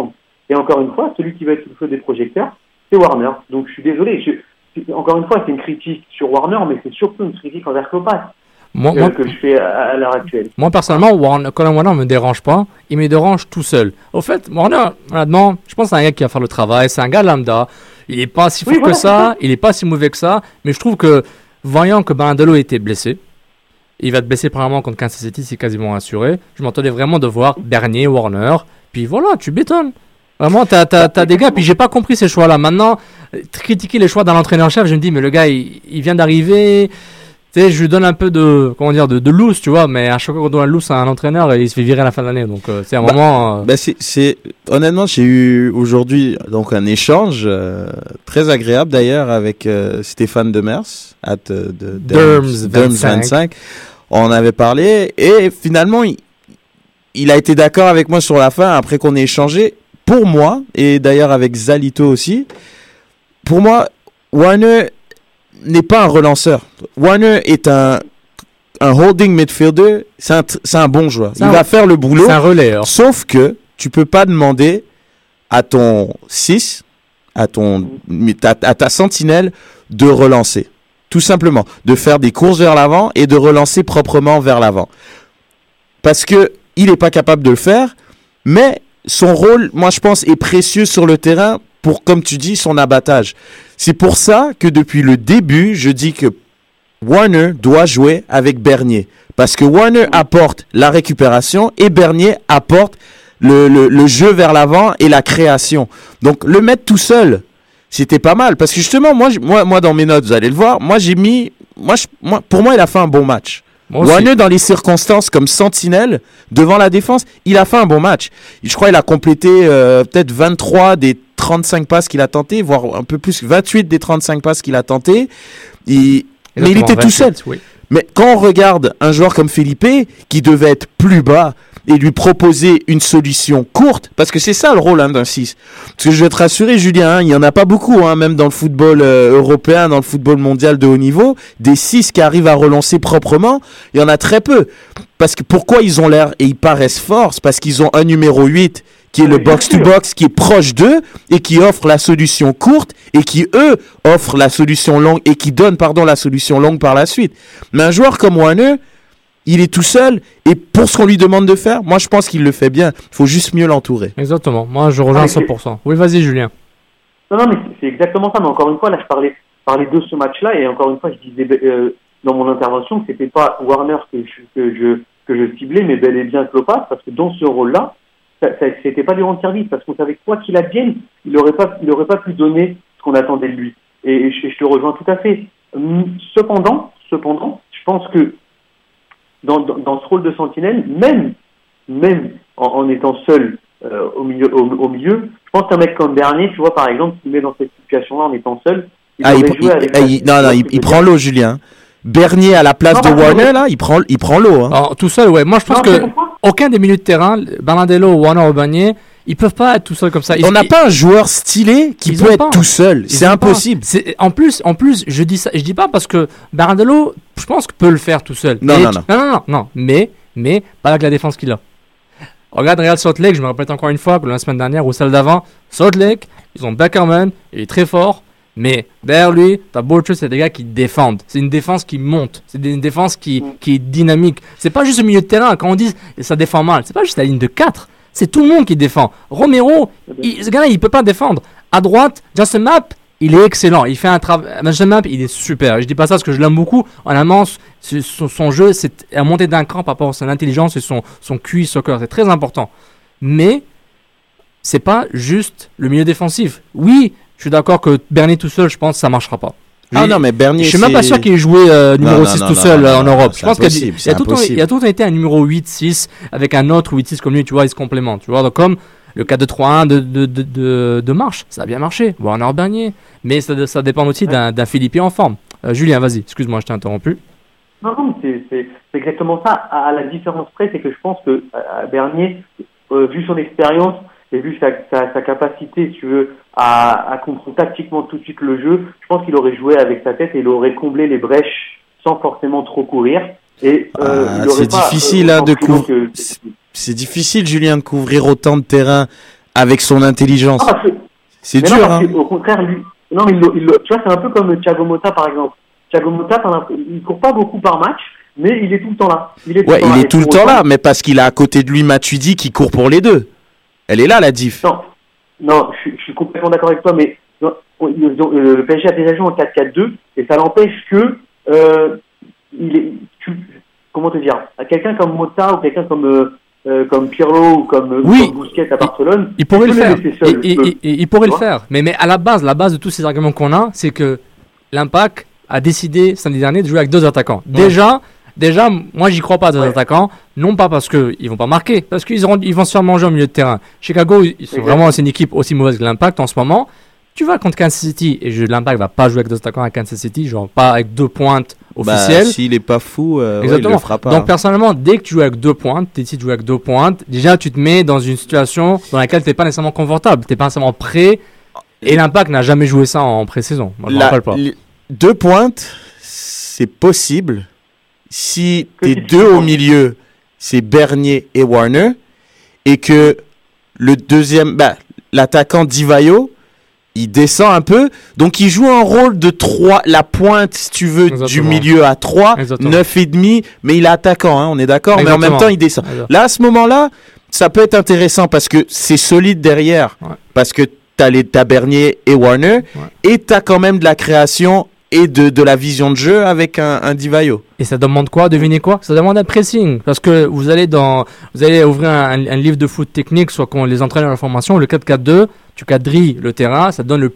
Et encore une fois, celui qui va être sous le feu des projecteurs, c'est Warner. Donc je suis désolé. Encore une fois, c'est une critique sur Warner, mais c'est surtout une critique envers Klopas que je fais à l'heure actuelle. Moi, personnellement, Colin Warner me dérange pas. Il me dérange tout seul. Au fait, Warner, honnêtement, je pense que c'est un gars qui va faire le travail. C'est un gars lambda. Il est pas si fort que ça. Il est pas si mauvais que ça. Mais je trouve que, voyant que Balindalo était blessé, il va être blessé probablement contre Kansas City, c'est quasiment assuré. Je m'entendais vraiment de voir Bernier, Warner. Puis voilà, tu bétonnes. Vraiment, t'as des gars, puis j'ai pas compris ces choix-là. Maintenant, critiquer les choix d'un entraîneur-chef, je me dis, mais le gars, il vient d'arriver. Tu sais, je lui donne un peu de loose, tu vois, mais à chaque fois qu'on donne un loose à un entraîneur, il se fait virer à la fin de l'année. Donc, c'est un moment. Honnêtement, j'ai eu aujourd'hui donc un échange très agréable d'ailleurs avec Stéphane Demers, de Derms 25. On avait parlé et finalement, il a été d'accord avec moi sur la fin après qu'on ait échangé. Pour moi, et d'ailleurs avec Zalito aussi, pour moi, Warner n'est pas un relanceur. Warner est un holding midfielder, c'est un bon joueur. Il va faire le boulot. C'est un relayeur. Sauf que tu peux pas demander à ton 6, à ta sentinelle de relancer. Tout simplement. De faire des courses vers l'avant et de relancer proprement vers l'avant. Parce que il n'est pas capable de le faire, mais son rôle, moi je pense, est précieux sur le terrain pour, comme tu dis, son abattage. C'est pour ça que depuis le début, je dis que Warner doit jouer avec Bernier. Parce que Warner apporte la récupération et Bernier apporte le jeu vers l'avant et la création. Donc le mettre tout seul, c'était pas mal. Parce que justement, moi dans mes notes, vous allez le voir, pour moi, il a fait un bon match. Warner, dans les circonstances comme sentinelle, devant la défense, il a fait un bon match. Je crois qu'il a complété peut-être 23 des 35 passes qu'il a tenté, voire un peu plus, 28 des 35 passes qu'il a tenté. Mais il était tout seul. Oui. Mais quand on regarde un joueur comme Felipe, qui devait être plus bas et lui proposer une solution courte, parce que c'est ça le rôle d'un 6. Parce que je vais te rassurer, Julien, il n'y en a pas beaucoup, même dans le football européen, dans le football mondial de haut niveau, des 6 qui arrivent à relancer proprement, il y en a très peu. Parce que pourquoi ils ont l'air et ils paraissent forts? C'est parce qu'ils ont un numéro 8 qui est le box-to-box, qui est proche d'eux et qui offre la solution courte et qui, eux, offrent la solution longue et qui donnent, la solution longue par la suite. Mais un joueur comme Warner, il est tout seul et pour ce qu'on lui demande de faire, moi je pense qu'il le fait bien. Il faut juste mieux l'entourer. Exactement. Moi je rejoins 100%. Oui, vas-y Julien. Non, mais c'est exactement ça. Mais encore une fois, là je parlais de ce match-là et encore une fois je disais dans mon intervention que c'était pas Warner que je ciblais, mais bel et bien Klopas, parce que dans ce rôle-là, c'était pas lui rendre service, parce qu'on savait que quoi qu'il advienne, il aurait pas pu donner ce qu'on attendait de lui. Et je te rejoins tout à fait. Cependant, je pense que dans ce rôle de sentinelle, même en étant seul au milieu, je pense qu'un mec comme Bernier, tu vois, par exemple, s'il met dans cette situation-là en étant seul, il prend l'eau, Julien. Bernier à la place de Warner, là, il prend l'eau. Alors, tout seul, ouais. Moi, je pense que aucun des milieux de terrain, Balindalo, Warner ou Bernier, ils peuvent pas être tout seuls comme ça. On n'a pas un joueur stylé qui peut être tout seul. C'est impossible. En plus, je dis ça, je dis pas parce que Balindalo, je pense qu'il peut le faire tout seul. Non. Mais pas avec la défense qu'il a. Regarde Real Salt Lake, je me répète encore une fois, la semaine dernière ou celle d'avant, Salt Lake, ils ont Beckerman, il est très fort. Mais derrière lui, t'as Borchers, c'est des gars qui défendent. C'est une défense qui monte. C'est une défense qui est dynamique. C'est pas juste le milieu de terrain. Quand on dit ça défend mal, c'est pas juste la ligne de 4. C'est tout le monde qui défend. Romero, ce gars-là, il peut pas défendre. À droite, Justin Mapp, il est excellent. Il fait un travail. Justin Mapp, il est super. Je dis pas ça parce que je l'aime beaucoup. En allemand, son jeu, c'est à monter d'un cran par rapport à son intelligence et son QI soccer. C'est très important. Mais c'est pas juste le milieu défensif. Oui. Je suis d'accord que Bernier tout seul, je pense que ça marchera pas. Non, mais Bernier, je suis même pas sûr qu'il ait joué numéro 6 tout seul en Europe. Je pense qu'il y a tout le temps été un numéro 8-6 avec un autre 8-6 comme lui, tu vois, ils se complémentent. Tu vois, donc comme le 4-2-3-1 de Marche, ça a bien marché. Warner Bernier. Mais ça dépend aussi d'un Philippe en forme. Julien, vas-y, excuse-moi, je t'ai interrompu. Non, c'est exactement ça. À la différence près, c'est que je pense que Bernier, vu son expérience, et vu sa capacité, si tu veux, à comprendre tactiquement tout de suite le jeu, je pense qu'il aurait joué avec sa tête et il aurait comblé les brèches sans forcément trop courir. Et c'est difficile de couvrir. C'est difficile, Julien, de couvrir autant de terrain avec son intelligence. C'est dur, hein. Au contraire, lui, non, mais tu vois, c'est un peu comme Thiago Motta, par exemple. Thiago Motta, il court pas beaucoup par match, mais il est tout le temps là. Il est tout le temps là, mais parce qu'il a à côté de lui Matuidi qui court pour les deux. Elle est là, la diff. Non, je suis complètement d'accord avec toi, mais le PSG a déjà joué en 4-4-2, et ça l'empêche que comment te dire, quelqu'un comme Motta ou quelqu'un comme Pirlo ou comme Busquets à Barcelone, il pourrait le faire. Il pourrait le faire. Mais à la base de tous ces arguments qu'on a, c'est que l'Impact a décidé samedi dernier de jouer avec deux attaquants. Ouais. Déjà, moi j'y crois pas à deux attaquants, non pas parce qu'ils vont pas marquer, parce qu'ils vont se faire manger au milieu de terrain. Chicago, c'est une équipe aussi mauvaise que l'Impact en ce moment. Tu vas contre Kansas City et l'Impact va pas jouer avec deux attaquants à Kansas City, genre pas avec deux pointes officielles. S'il est pas fou, il le fera pas. Donc personnellement, dès que tu joues avec deux pointes, tu décides de jouer avec deux pointes, déjà tu te mets dans une situation dans laquelle t'es pas nécessairement confortable, t'es pas nécessairement prêt. Et l'Impact n'a jamais joué ça en pré-saison. Moi, je me rappelle pas. Deux pointes, c'est possible. Si tes deux au milieu, c'est Bernier et Warner, et que le deuxième, l'attaquant Divayo, il descend un peu, donc il joue un rôle de 3, la pointe, si tu veux, du milieu à 3, 9,5, mais il est attaquant, hein, on est d'accord, mais en même temps, il descend. Là, à ce moment-là, ça peut être intéressant parce que c'est solide derrière, parce que t'as Bernier et Warner, et t'as quand même de la création et de la vision de jeu avec un Divayo. Et ça demande quoi? Devinez quoi? Ça demande un pressing. Parce que vous allez ouvrir un livre de foot technique, soit qu'on les entraîne dans la formation, le 4-4-2, tu quadrilles le terrain, ça donne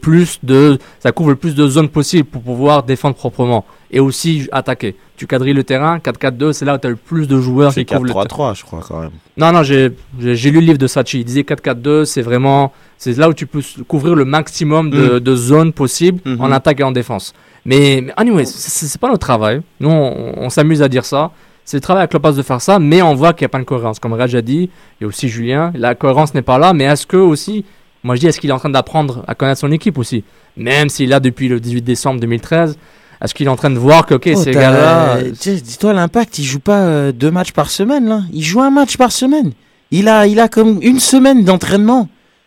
ça couvre le plus de zones possibles pour pouvoir défendre proprement. Et aussi attaquer. Tu quadrilles le terrain, 4-4-2, c'est là où tu as le plus de joueurs qui couvrent le terrain. C'est 4-3-3, je crois, quand même. Non, j'ai lu le livre de Sachi. Il disait 4-4-2, c'est là où tu peux couvrir le maximum de zones possibles en attaque et en défense. Mais anyway, c'est pas notre travail. Nous, on s'amuse à dire ça. C'est le travail avec Klopas de faire ça, mais on voit qu'il n'y a pas de cohérence. Comme Raj a dit, et aussi Julien, la cohérence n'est pas là, mais est-ce qu'il est en train d'apprendre à connaître son équipe aussi? Même s'il est là depuis le 18 décembre 2013, est-ce qu'il est en train de voir que, ces gars-là... Dis-toi, l'Impact, il joue pas 2 matchs par semaine, là. Il joue un match par semaine. Il a comme une semaine d'entraînement.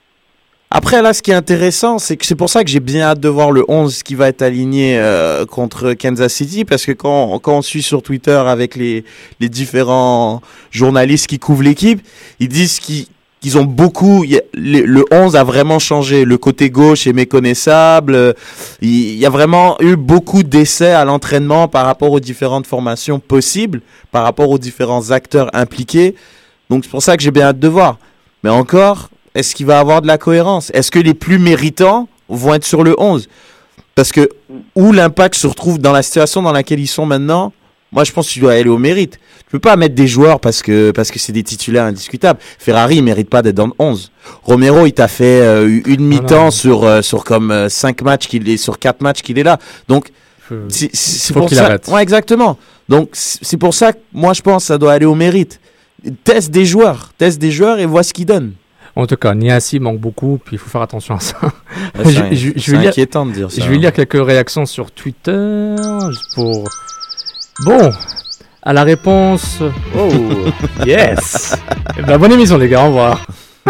Après, là, ce qui est intéressant, c'est que c'est pour ça que j'ai bien hâte de voir le 11 qui va être aligné contre Kansas City, parce que quand on suit sur Twitter avec les différents journalistes qui couvrent l'équipe, ils disent qu'ils ont beaucoup... Le 11 a vraiment changé. Le côté gauche est méconnaissable. Il y a vraiment eu beaucoup d'essais à l'entraînement par rapport aux différentes formations possibles, par rapport aux différents acteurs impliqués. Donc, c'est pour ça que j'ai bien hâte de voir. Mais encore... Est-ce qu'il va avoir de la cohérence? Est-ce que les plus méritants vont être sur le 11? Parce que où l'Impact se retrouve dans la situation dans laquelle ils sont maintenant, moi je pense que tu dois aller au mérite. Tu peux pas mettre des joueurs parce que c'est des titulaires indiscutables. Ferrari, il mérite pas d'être dans le 11. Romero, il t'a fait une mi-temps sur comme 5 matchs sur 4 matchs qu'il est là. Donc c'est pour qu'il ça. Arrête. Ouais, exactement. Donc c'est pour ça que moi je pense que ça doit aller au mérite. Teste des joueurs et vois ce qu'ils donnent. En tout cas, Niassi manque beaucoup, puis il faut faire attention à ça. C'est inquiétant de dire ça. Je vais lire quelques réactions sur Twitter, juste pour... Bon, à la réponse... Oh, yes. Bonne émission, les gars, au revoir.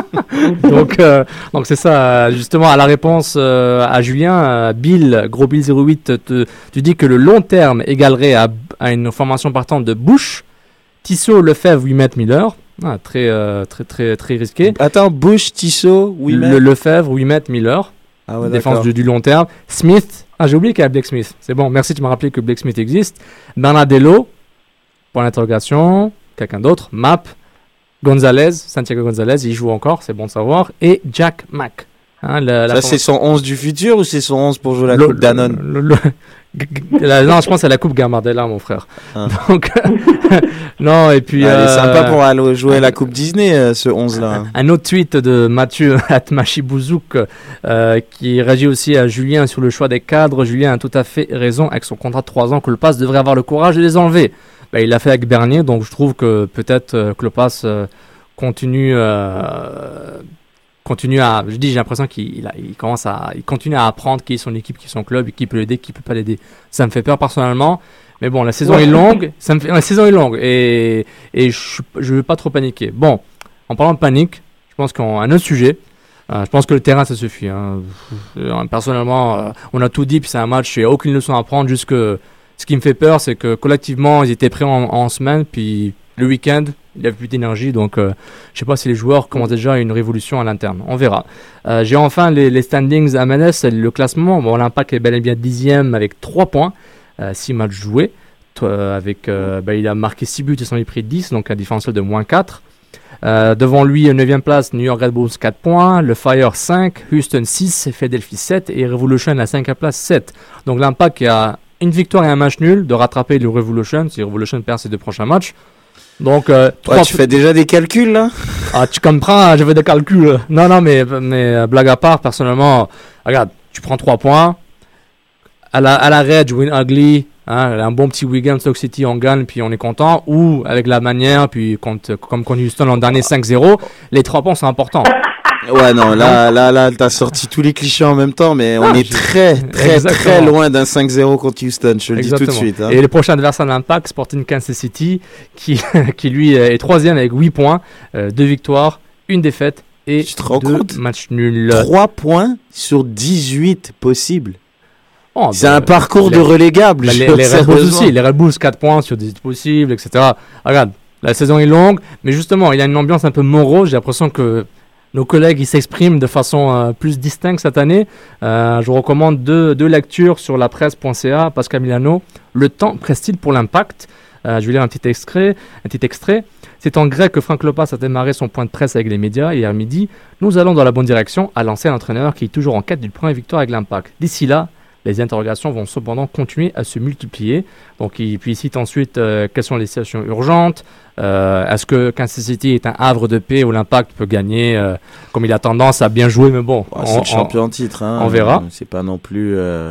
donc c'est ça, justement, à la réponse à Julien, Gros Bill 08, tu dis que le long terme égalerait à une formation partante de Bush, Tissot, Lefebvre, Ouimet, Miller... très risqué. Attends, Bush, Tissot, Ouimet. Lefebvre, Ouimet, Miller. Ah ouais, défense du long terme. Smith. J'ai oublié qu'il y a Blake Smith. C'est bon, merci, tu m'as rappelé que Blake Smith existe. Bernadello. Point d'interrogation. Quelqu'un d'autre. Map. Santiago Gonzalez, il joue encore, c'est bon de savoir. Et Jack Mack. Ça, c'est son 11 du futur ou c'est son 11 pour jouer la Coupe Danone? Non, je pense à la Coupe Gambardella, mon frère. Donc, non, et puis... il est sympa pour aller jouer la Coupe Disney, ce 11-là. Un autre tweet de Mathieu Atmachibouzouk qui réagit aussi à Julien sur le choix des cadres. Julien a tout à fait raison avec son contrat de 3 ans. Klopas devrait avoir le courage de les enlever. Il l'a fait avec Bernier, donc je trouve que peut-être Klopas continue à... j'ai l'impression qu'il continue à apprendre qui est son équipe, qui est son club, qui peut l'aider, qui peut pas l'aider. Ça me fait peur personnellement. Mais bon, la saison est longue. La saison est longue et je veux pas trop paniquer. Bon, en parlant de panique, je pense qu'on a un autre sujet. Je pense que le terrain, ça suffit. Personnellement, on a tout dit, puis c'est un match, il n'y a aucune leçon à prendre. Juste que ce qui me fait peur, c'est que collectivement, ils étaient prêts en semaine, puis le week-end, il n'y avait plus d'énergie. Donc, je ne sais pas si les joueurs commencent déjà une révolution à l'interne. On verra. J'ai enfin les standings à MLS, le classement. Bon, l'Impact est bel et bien 10e avec 3 points, 6 matchs joués. Il a marqué 6 buts et s'en est pris 10, donc un différentiel de -4. Devant lui, 9e place, New York Red Bulls 4 points, le Fire 5, Houston 6, Philadelphie 7 et Revolution à la 5e place 7. Donc l'Impact qui a une victoire et un match nul de rattraper le Revolution si Revolution perd ses 2 prochains matchs. Donc, tu fais déjà des calculs là? Tu comprends, je fais des calculs. Non, mais blague à part, personnellement, regarde, tu prends 3 points, à la Red, win ugly. Un bon petit week-end, Stoke City, on gagne, puis on est content. Ou avec la manière, puis comme contre Houston l'an dernier 5-0, les 3 points sont importants. Ouais, non, là, t'as sorti tous les clichés en même temps, mais on est très loin d'un 5-0 contre Houston, je le dis tout de suite. Et le prochain adversaire de l'Impact, Sporting Kansas City, qui lui est 3e avec 8 points, 2 victoires, 1 défaite et 2 matchs nuls. 3 points sur 18 possibles. C'est un parcours de relégable. Les Red Bulls aussi. Les Red Bulls 4 points sur 18 possibles, etc. Regarde, la saison est longue, mais justement, il y a une ambiance un peu morose. J'ai l'impression que nos collègues ils s'expriment de façon plus distincte cette année. Je vous recommande deux lectures sur la presse.ca. Pascal Milano. Le temps presse-t-il pour l'Impact? Je vais lire un petit extrait. C'est en grec que Frank Lopas a démarré son point de presse avec les médias hier midi. Nous allons dans la bonne direction, a lancé l'entraîneur qui est toujours en quête d'une première victoire avec l'Impact. D'ici là, les interrogations vont cependant continuer à se multiplier. Donc, puis il cite ensuite quelles sont les situations urgentes. Est-ce que Kansas City est un havre de paix où l'Impact peut gagner comme il a tendance à bien jouer, mais bon. C'est le champion en titre. On verra. C'est pas non plus.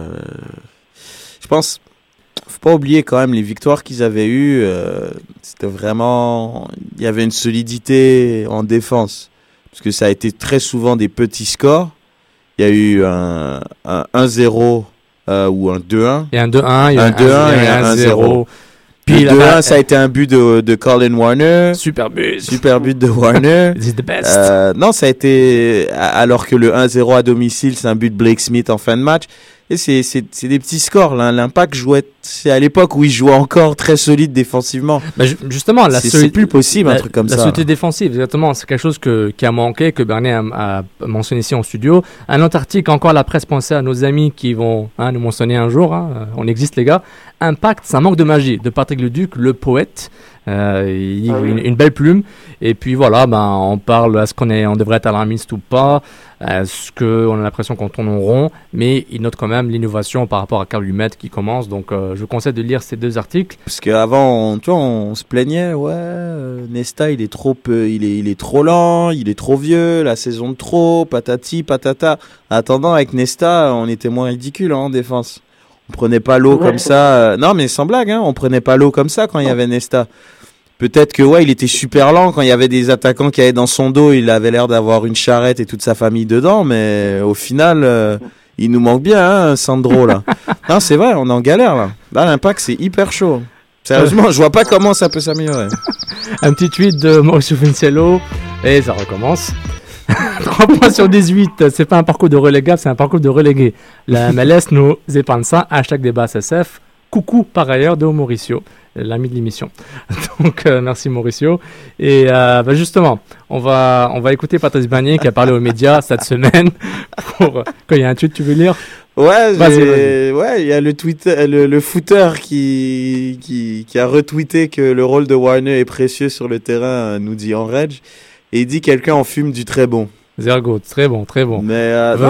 Je pense. Faut pas oublier quand même les victoires qu'ils avaient eues. C'était vraiment. Il y avait une solidité en défense. Parce que ça a été très souvent des petits scores. Il y a eu un 1-0. Ou un 2-1. Et un 2-1, il y a un 2-1 et un 1-0. Puis le 2-1, ça a été un but de Colin Warner. Super but de Warner. This is the best. Non, ça a été alors que le 1-0 à domicile, c'est un but de Blake Smith en fin de match. Et c'est des petits scores. Là. L'Impact jouait, c'est à l'époque où il jouait encore très solide défensivement. Justement, c'est plus possible un truc comme ça. La solidité défensive, exactement. C'est quelque chose qui a manqué, que Bernier a mentionné ici en studio. Un autre article, encore la presse pensée à nos amis qui vont nous mentionner un jour. On existe, les gars. Impact, ça manque de magie. De Patrick Leduc, le poète. Une belle plume. Et puis voilà, on parle, est-ce qu'on devrait être alarmiste ou pas? Est-ce qu'on a l'impression qu'on tourne en rond? Mais il note quand même l'innovation par rapport à Carl Lumet qui commence. Donc je vous conseille de lire ces 2 articles. Parce qu'avant, on se plaignait, Nesta il est trop lent, il est trop vieux, la saison de trop, patati, patata. Attendant, avec Nesta, on était moins ridicule en défense. On prenait pas l'eau comme ça. Non, mais sans blague, on prenait pas l'eau comme ça quand il y avait Nesta. Peut-être que il était super lent quand il y avait des attaquants qui allaient dans son dos. Il avait l'air d'avoir une charrette et toute sa famille dedans, mais au final, il nous manque bien, Sandro là. Non, c'est vrai, on est en galère là. Là, l'Impact c'est hyper chaud. Sérieusement, je vois pas comment ça peut s'améliorer. Un petit tweet de Mauricio Vincello et ça recommence. 3 points sur 18, c'est pas un parcours de relégable, c'est un parcours de relégué. La MLS nous épargne ça, #DébatSF. Coucou par ailleurs de Mauricio, l'ami de l'émission. Donc merci Mauricio. Et justement, on va écouter Patrice Bernier qui a parlé aux médias cette semaine. Quand il y a un tweet, tu veux lire? Ouais, il y a le footer qui a retweeté que le rôle de Warner est précieux sur le terrain, nous dit Enrage. Et il dit quelqu'un en fume du très bon. Zergo, très bon. Mais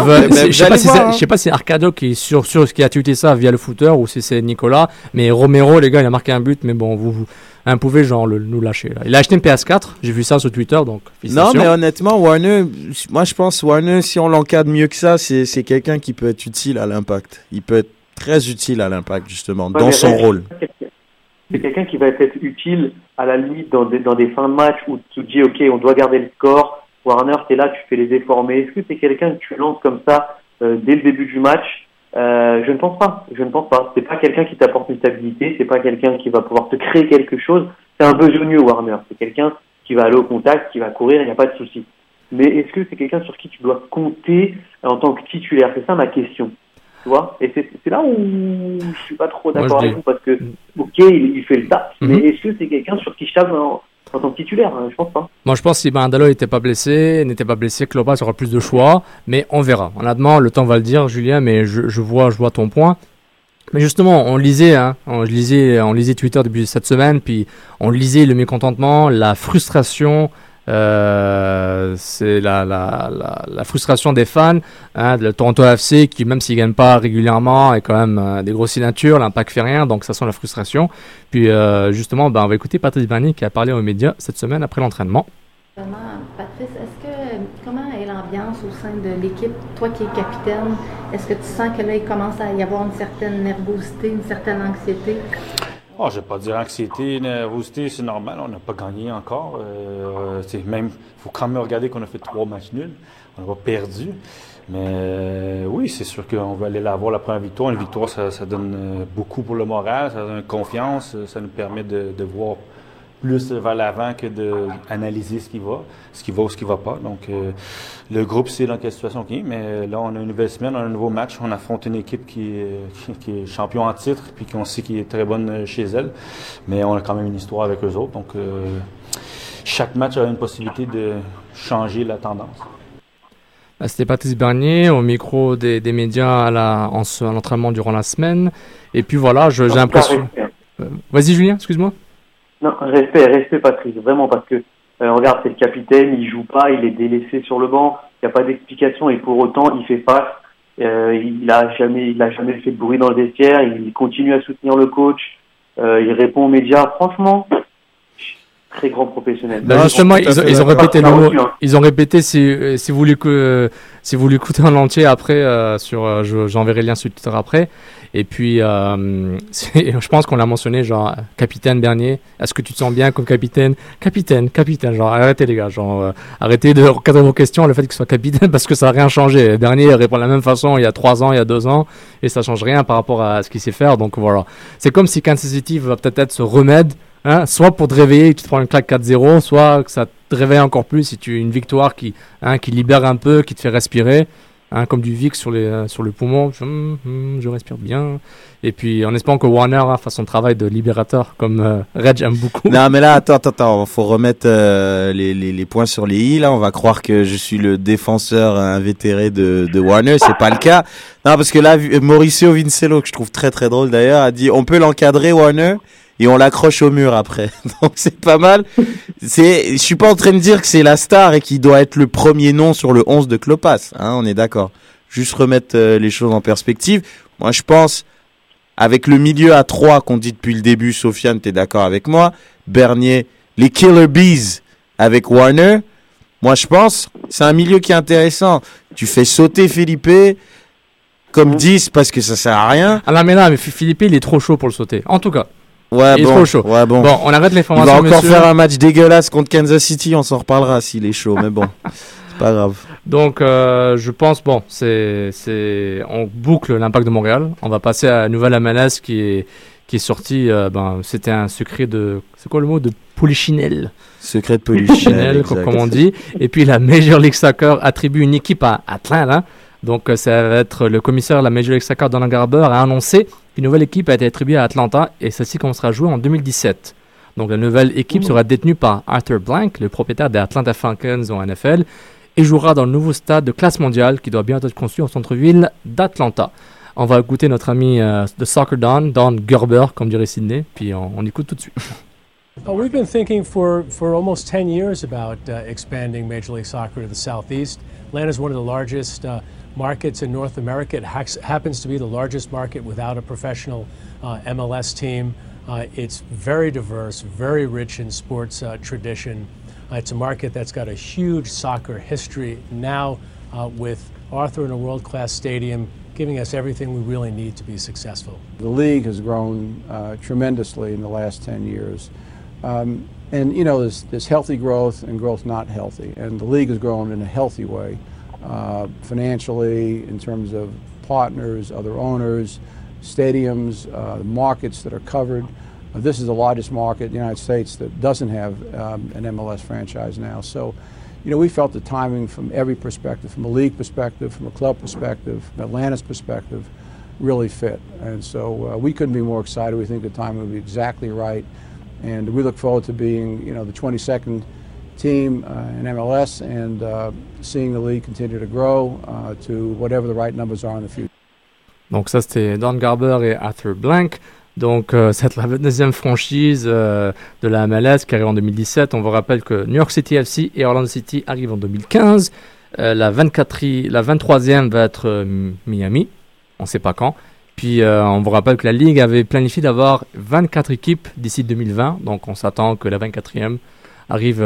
je sais pas si Arcado qui est sur qui a tweeté ça via le footer ou si c'est Nicolas. Mais Romero, les gars, il a marqué un but. Mais bon, vous pouvez nous lâcher là. Il a acheté une PS4. J'ai vu ça sur Twitter, donc. Non, mais honnêtement, Warner, moi je pense Warner, si on l'encadre mieux que ça, c'est quelqu'un qui peut être utile à l'Impact. Il peut être très utile à l'Impact justement dans son rôle. C'est quelqu'un qui va être utile à la limite dans des fins de match où tu te dis ok, on doit garder le score. Warner, t'es là, tu fais les efforts. Mais est-ce que c'est quelqu'un que tu lances comme ça dès le début du match? Je ne pense pas. C'est pas quelqu'un qui t'apporte une stabilité. C'est pas quelqu'un qui va pouvoir te créer quelque chose. C'est un besogneux, Warner. C'est quelqu'un qui va aller au contact, qui va courir. Il n'y a pas de souci. mais est-ce que c'est quelqu'un sur qui tu dois compter en tant que titulaire? C'est ça ma question. Tu vois? Et c'est là où je suis pas trop d'accord avec vous, parce que, ok, il fait le taf, mais est-ce que c'est quelqu'un sur qui je table en tant que titulaire? Je pense pas. Moi, je pense que si Mandalo n'était pas blessé, Klopas aura plus de choix, mais on verra. Honnêtement, le temps va le dire, Julien, mais je vois ton point. Mais justement, on lisait Twitter depuis cette semaine, puis on lisait le mécontentement, la frustration, c'est la frustration des fans, de Toronto FC qui, même s'ils gagnent pas régulièrement, est quand même des grosses signatures, l'impact fait rien, donc ça sent la frustration. Puis justement, on va écouter Patrice Bernier qui a parlé aux médias cette semaine après l'entraînement. Patrice, comment est l'ambiance au sein de l'équipe? Toi qui es capitaine, est-ce que tu sens que là, il commence à y avoir une certaine nervosité, une certaine anxiété? Je ne vais pas dire anxiété, nervosité, c'est normal, on n'a pas gagné encore. Il faut quand même regarder qu'on a fait 3 matchs nuls, on n'a pas perdu. Mais oui, c'est sûr qu'on va aller l'avoir la première victoire. Une victoire, ça donne beaucoup pour le moral, ça donne confiance, ça nous permet de voir plus vers l'avant que d'analyser ce qui va ou ce qui va pas. Donc, le groupe sait dans quelle situation il est, mais là, on a une nouvelle semaine, on a un nouveau match. On affronte une équipe qui est champion en titre, puis qu'on sait qu'elle est très bonne chez elle. Mais on a quand même une histoire avec eux autres. Donc, chaque match a une possibilité de changer la tendance. C'était Patrice Bernier au micro des médias à l'entraînement durant la semaine. Et puis voilà, j'ai l'impression... Vas-y Julien, excuse-moi. Non, respect Patrice, vraiment, parce que regarde, c'est le capitaine, il joue pas, il est délaissé sur le banc, il n'y a pas d'explication et pour autant il fait face. Il a jamais fait de bruit dans le vestiaire, il continue à soutenir le coach, il répond aux médias. Franchement, très grand professionnel. Justement, ils ont répété le mot. Ils ont répété si vous l'écoutez en entier après j'enverrai le lien sur Twitter après. Et puis je pense qu'on l'a mentionné, genre capitaine Bernier. Est-ce que tu te sens bien comme capitaine? Capitaine. Genre arrêtez les gars, arrêtez de recadrer vos questions le fait qu'il soit capitaine parce que ça n'a rien changé. Bernier répond de la même façon il y a 3 ans, il y a 2 ans et ça change rien par rapport à ce qu'il sait faire. Donc voilà, c'est comme si Kansas City va peut-être se remède. Soit pour te réveiller et tu te prends une claque 4-0, soit que ça te réveille encore plus si tu as une victoire qui libère un peu, qui te fait respirer, comme du Vicks sur le poumon. Je respire bien. Et puis en espérant que Warner fasse son travail de libérateur, comme Reg aime beaucoup. Non mais là, attends, faut remettre les points sur les i. Là, on va croire que je suis le défenseur invétéré de Warner. C'est pas le cas. Non, parce que là, Mauricio Vincello, que je trouve très très drôle d'ailleurs, a dit on peut l'encadrer Warner. Et on l'accroche au mur après. Donc c'est pas mal. Je suis pas en train de dire que c'est la star et qu'il doit être le premier nom sur le 11 de Klopas. On est d'accord. Juste remettre les choses en perspective. Moi je pense, avec le milieu à 3 qu'on dit depuis le début, Sofiane, t'es d'accord avec moi, Bernier, les Killer Bees avec Warner, moi je pense, c'est un milieu qui est intéressant. Tu fais sauter Felipe comme 10 parce que ça sert à rien. Mais Felipe il est trop chaud pour le sauter. En tout cas. Ouais, il est trop chaud. Ouais, bon, on arrête les formations. Il va encore faire un match dégueulasse contre Kansas City, on s'en reparlera s'il est chaud, mais bon, c'est pas grave. Donc, je pense, on boucle l'Impact de Montréal. On va passer à la nouvelle MLS qui est sortie. C'était un secret c'est quoi le mot? De Polichinelle. Secret de Polichinelle, comme on dit. Et puis la Major League Soccer attribue une équipe à Atlanta. Donc, ça va être le commissaire de la Major League Soccer, Donald Garber, a annoncé qu'une nouvelle équipe a été attribuée à Atlanta et celle-ci commencera à jouer en 2017. Donc, la nouvelle équipe sera détenue par Arthur Blank, le propriétaire des Atlanta Falcons en NFL, et jouera dans le nouveau stade de classe mondiale qui doit bientôt être construit au centre-ville d'Atlanta. On va écouter notre ami de Soccer Don Gerber, comme dirait Sydney, puis on écoute tout de suite. We've been thinking for almost 10 years about expanding Major League Soccer to the Southeast. Atlanta is one of the largest markets in North America. It happens to be the largest market without a professional MLS team. It's very diverse, very rich in sports tradition. It's a market that's got a huge soccer history now with Arthur in a world-class stadium giving us everything we really need to be successful. The league has grown tremendously in the last 10 years. And, there's healthy growth and growth not healthy. And the league has grown in a healthy way, financially, in terms of partners, other owners, stadiums, markets that are covered. This is the largest market in the United States that doesn't have an MLS franchise now. So, we felt the timing from every perspective, from a league perspective, from a club perspective, from Atlanta's perspective, really fit. And so we couldn't be more excited. We think the timing would be exactly right. And we look forward to being, the 22nd team in MLS and seeing the league continue to grow to whatever the right numbers are in the future. Donc ça, c'était Don Garber et Arthur Blank. Donc c'est la 29e franchise de la MLS qui arrive en 2017. On vous rappelle que New York City FC et Orlando City arrivent en 2015. La 23e va être Miami. On ne sait pas quand. Puis on vous rappelle que la Ligue avait planifié d'avoir 24 équipes d'ici 2020. Donc on s'attend que la 24e arrive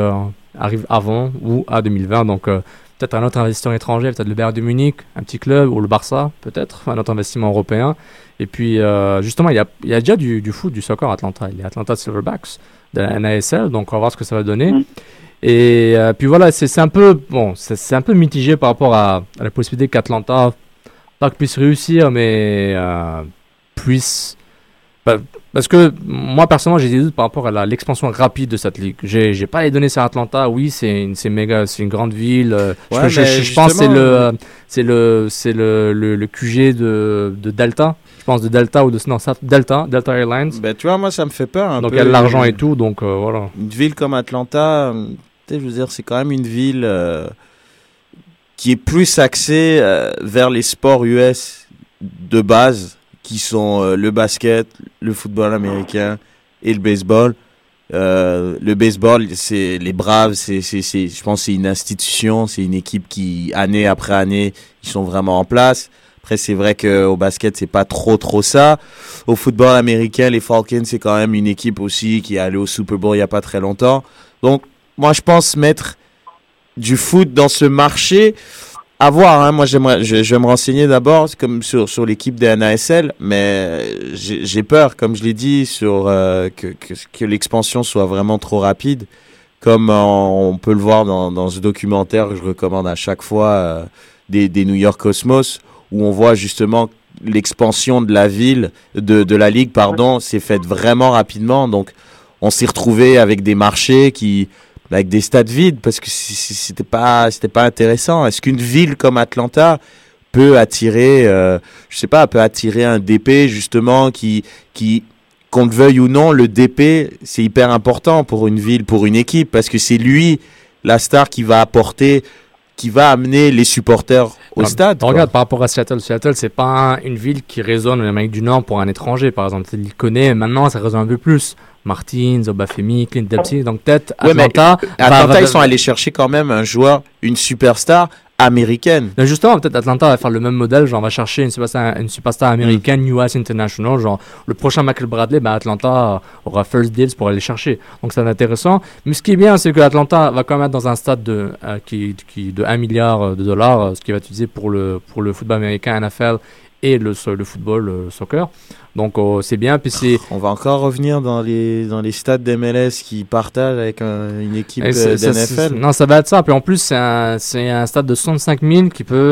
avant ou à 2020. Donc peut-être un autre investisseur étranger, peut-être le Bayern de Munich, un petit club, ou le Barça, peut-être, un autre investissement européen. Et puis justement, il y a déjà du foot, du soccer à Atlanta. Il y a Atlanta Silverbacks de la NASL. Donc on va voir ce que ça va donner. Et puis voilà, c'est un peu mitigé par rapport à la possibilité qu'Atlanta puisse réussir, mais puisse... Parce que moi, personnellement, j'ai des doutes par rapport à l'expansion rapide de cette ligue. J'ai pas les données sur Atlanta. Oui, c'est une grande ville. Je pense que c'est le QG de Delta. Je pense de Delta ou Delta Airlines. Ben, tu vois, moi, ça me fait peur. Donc, il y a de l'argent et tout, donc voilà. Une ville comme Atlanta, je veux dire, c'est quand même une ville qui est plus axée vers les sports US de base, qui sont le basket, le football américain et le baseball. Le baseball, c'est les Braves, je pense que c'est une institution, c'est une équipe qui, année après année, ils sont vraiment en place. Après, c'est vrai qu'au basket, c'est pas trop ça. Au football américain, les Falcons, c'est quand même une équipe aussi qui est allée au Super Bowl il y a pas très longtemps. Donc, moi, je pense mettre du foot dans ce marché... À voir, hein. Moi je vais me renseigner d'abord comme sur l'équipe des NASL, mais j'ai peur, comme je l'ai dit, sur que l'expansion soit vraiment trop rapide, comme on peut le voir dans ce documentaire que je recommande à chaque fois des New York Cosmos, où on voit justement l'expansion de la ville, de la ligue, s'est faite vraiment rapidement. Donc on s'est retrouvé avec des marchés avec des stades vides, parce que c'était pas intéressant. Est-ce qu'une ville comme Atlanta peut attirer un DP justement qui qu'on le veuille ou non, le DP c'est hyper important pour une ville, pour une équipe, parce que c'est lui la star qui va amener les supporters au stade. Regarde par rapport à Seattle, c'est pas une ville qui résonne en Amérique du Nord pour un étranger, par exemple. Il connaît, maintenant ça résonne un peu plus. Martins, Obafemi, Clint Dempsey, donc peut-être Atlanta. Ils sont allés chercher quand même un joueur, une superstar américaine. Mais justement, peut-être Atlanta va faire le même modèle, genre on va chercher une superstar américaine, US International, genre le prochain Michael Bradley, Atlanta aura first deals pour aller chercher. Donc c'est intéressant. Mais ce qui est bien, c'est que Atlanta va quand même être dans un stade de 1 milliard de dollars, ce qui va être utilisé pour le football américain, NFL et le football, le soccer. Donc c'est bien. Puis on va encore revenir dans les stades d'MLS qui partagent avec une équipe d'NFL. Non, ça va être ça. Puis en plus, c'est un stade de 65 000 qui peut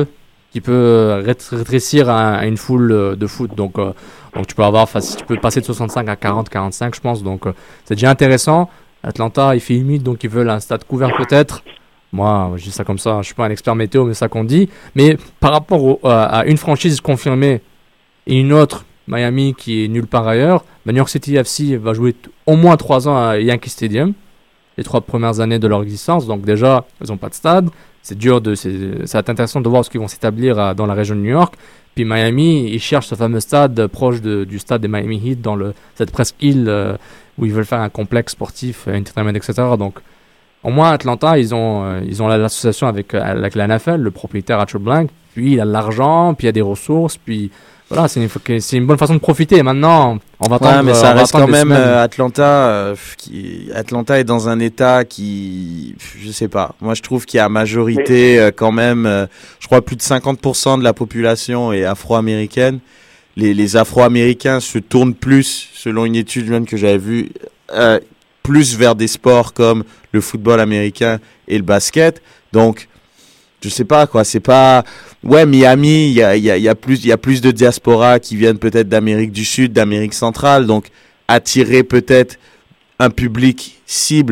rétrécir à une foule de foot. Donc tu peux passer de 65 à 40-45, je pense. Donc c'est déjà intéressant. Atlanta, il fait humide, donc ils veulent un stade couvert peut-être. Moi, je dis ça comme ça. Je suis pas un expert météo, mais c'est ça qu'on dit. Mais par rapport à une franchise confirmée et une autre, Miami, qui est nulle part ailleurs, New York City FC va jouer au moins 3 ans à Yankee Stadium, les 3 premières années de leur existence. Donc déjà, ils n'ont pas de stade. C'est dur ça va être intéressant de voir ce qu'ils vont s'établir dans la région de New York. Puis Miami, ils cherchent ce fameux stade proche du stade des Miami Heat, dans cette presque île où ils veulent faire un complexe sportif, entertainment, etc. Donc, au moins, Atlanta, ils ont l'association avec la NFL, le propriétaire Arthur Blank. Puis il a de l'argent, puis il y a des ressources, puis voilà, c'est une bonne façon de profiter. Maintenant, on va attendre. Mais ça reste quand même Atlanta. Atlanta est dans un état qui, je sais pas. Moi, je trouve qu'il y a majorité quand même. Je crois plus de 50% de la population est afro-américaine. Les Afro-Américains se tournent plus, selon une étude que j'avais vue, plus vers des sports comme le football américain et le basket. Donc, je sais pas quoi, c'est pas... Ouais, Miami, il y a plus de diaspora qui viennent peut-être d'Amérique du Sud, d'Amérique centrale, donc attirer peut-être un public cible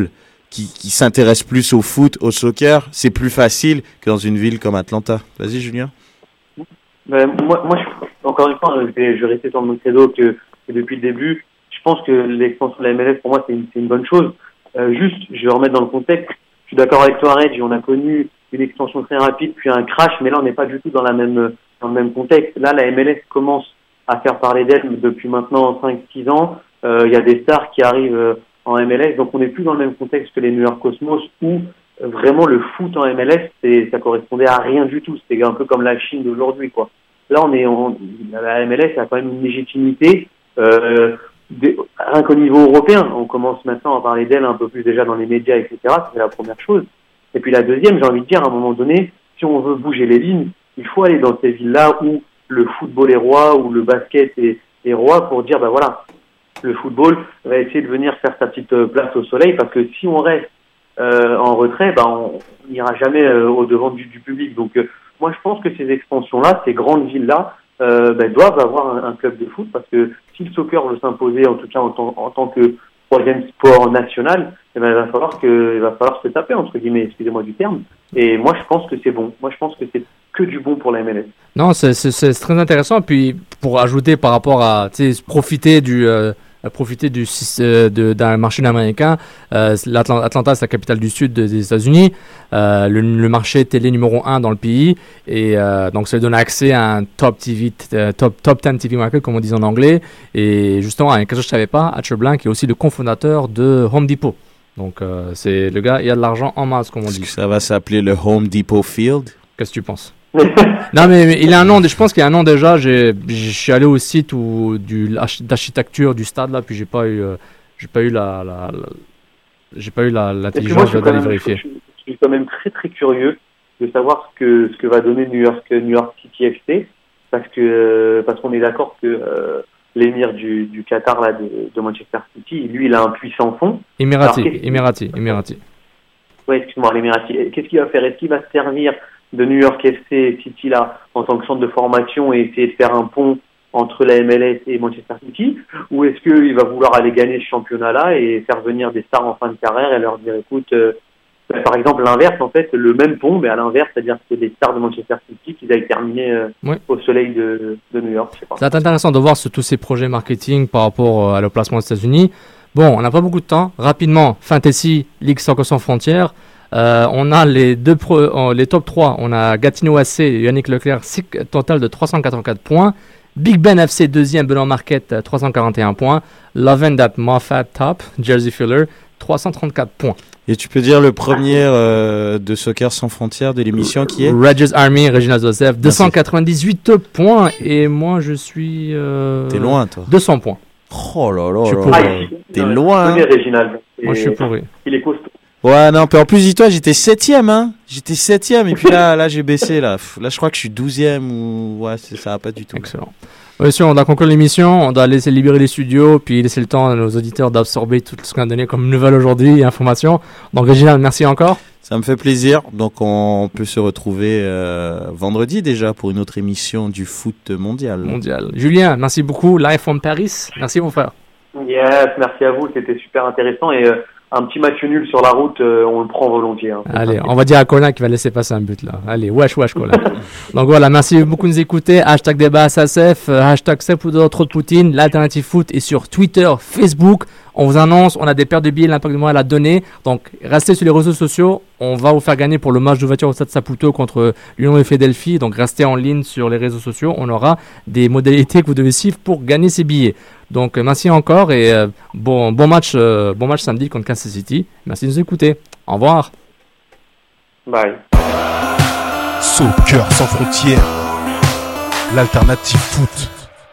qui s'intéressent plus au foot, au soccer, c'est plus facile que dans une ville comme Atlanta. Vas-y, Julien. Moi, encore une fois, je vais rester sur mon credo que depuis le début, je pense que l'expansion de la MLS, pour moi, c'est une bonne chose. Juste, je vais remettre dans le contexte. Je suis d'accord avec toi, Reg, on a connu une extension très rapide, puis un crash, mais là, on n'est pas du tout dans le même contexte. Là, la MLS commence à faire parler d'elle depuis maintenant 5-6 ans. Il y a des stars qui arrivent en MLS, donc on n'est plus dans le même contexte que les New York Cosmos, où vraiment le foot en MLS, ça correspondait à rien du tout. C'était un peu comme la Chine d'aujourd'hui, quoi. Là, la MLS a quand même une légitimité, rien qu'au niveau européen. On commence maintenant à parler d'elle un peu plus déjà dans les médias, etc. C'est la première chose. Et puis la deuxième, j'ai envie de dire, à un moment donné, si on veut bouger les lignes, il faut aller dans ces villes-là où le football est roi, où le basket est roi, pour dire, voilà, le football va essayer de venir faire sa petite place au soleil, parce que si on reste en retrait, on n'ira jamais au devant du public. Donc moi je pense que ces expansions-là, ces grandes villes-là, doivent avoir un club de foot, parce que si le soccer veut s'imposer, en tout cas en tant que troisième sport national, il va falloir se taper, entre guillemets, excusez-moi du terme. Et moi je pense que c'est bon. Moi je pense que c'est que du bon pour la MLS. Non, c'est très intéressant. Puis pour ajouter par rapport à profiter d'un marché américain, Atlanta c'est la capitale du sud des États-Unis, le marché télé numéro 1 dans le pays, et donc ça donne accès à un top 10 TV market, comme on dit en anglais. Et justement, quelque chose que je savais pas, Archer Blank est aussi le cofondateur de Home Depot. Donc c'est le gars, il y a de l'argent en masse, comme on dit. Est-ce que ça va s'appeler le Home Depot Field? Qu'est-ce que tu penses? Non, mais il a un nom, je pense qu'il y a un nom déjà. Je suis allé au site d'architecture du stade là, puis j'ai pas eu l'intelligence d'aller vérifier. Je suis quand même très très curieux de savoir ce que va donner New York City FC, parce qu'on est d'accord que l'émir du Qatar là de Manchester City, lui il a un puissant fond. Émirati. Ouais, excuse-moi, l'Émirati. Qu'est-ce qu'il va faire? Est-ce qu'il va se servir de New York FC City là en tant que centre de formation et essayer de faire un pont entre la MLS et Manchester City, ou est-ce qu'il va vouloir aller gagner ce championnat-là et faire venir des stars en fin de carrière et leur dire écoute, par exemple l'inverse, en fait, le même pont mais à l'inverse, c'est-à-dire que c'est des stars de Manchester City qui aillent terminer au soleil de New York, je sais pas. C'est intéressant de voir tous ces projets marketing par rapport à le placement aux États-Unis. Bon, on n'a pas beaucoup de temps. Rapidement, Fantasy Ligue Soccer Sans Frontières. On a les top 3. On a Gatineau AC, Yannick Leclerc, total de 384 points. Big Ben FC, deuxième, Benoît Marquette, 341 points. Love and That Moffat Top, Jersey Filler, 334 points. Et tu peux dire le premier de Soccer Sans Frontières de l'émission qui est Rangers Army, Reginald Joseph, 298 points. Et moi, je suis... T'es loin, toi. 200 points. Oh là là, t'es loin. Réginald. Moi, je suis pourri. Il est costaud. Ouais, non, puis en plus, dis-toi, j'étais 7ème, hein. J'étais 7ème, et puis là, j'ai baissé, là. Là, je crois que je suis 12ème, ou... Ouais, ça va pas du tout. Excellent. Bien sûr, on doit conclure l'émission, on doit laisser libérer les studios, puis laisser le temps à nos auditeurs d'absorber tout ce qu'on a donné comme nouvelles aujourd'hui et informations. Donc, Réginald, merci encore. Ça me fait plaisir. Donc, on peut se retrouver vendredi déjà pour une autre émission du foot mondial. Julien, merci beaucoup. Live from Paris. Merci, mon frère. Yes, merci à vous. C'était super intéressant et un petit match nul sur la route, on le prend volontiers. Hein. Allez, on va dire à Colin qu'il va laisser passer un but là. Allez, wesh Colin. Donc voilà, merci beaucoup de nous écouter. Hashtag débat SACF, hashtag trop de Poutine, l'alternative foot est sur Twitter, Facebook. On vous annonce, on a des paires de billets, l'impact de Montréal à donner. Donc restez sur les réseaux sociaux. On va vous faire gagner pour le match d'ouverture au Stade Saputo contre l'Union de Philadelphie. Donc restez en ligne sur les réseaux sociaux. On aura des modalités que vous devez suivre pour gagner ces billets. Donc merci encore et bon match samedi contre Kansas City. Merci de nous écouter. Au revoir. Bye. Soccer sans frontières, l'alternative foot.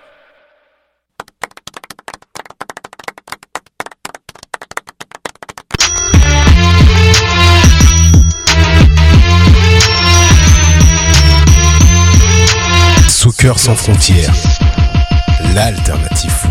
Soccer sans frontières, l'alternative foot.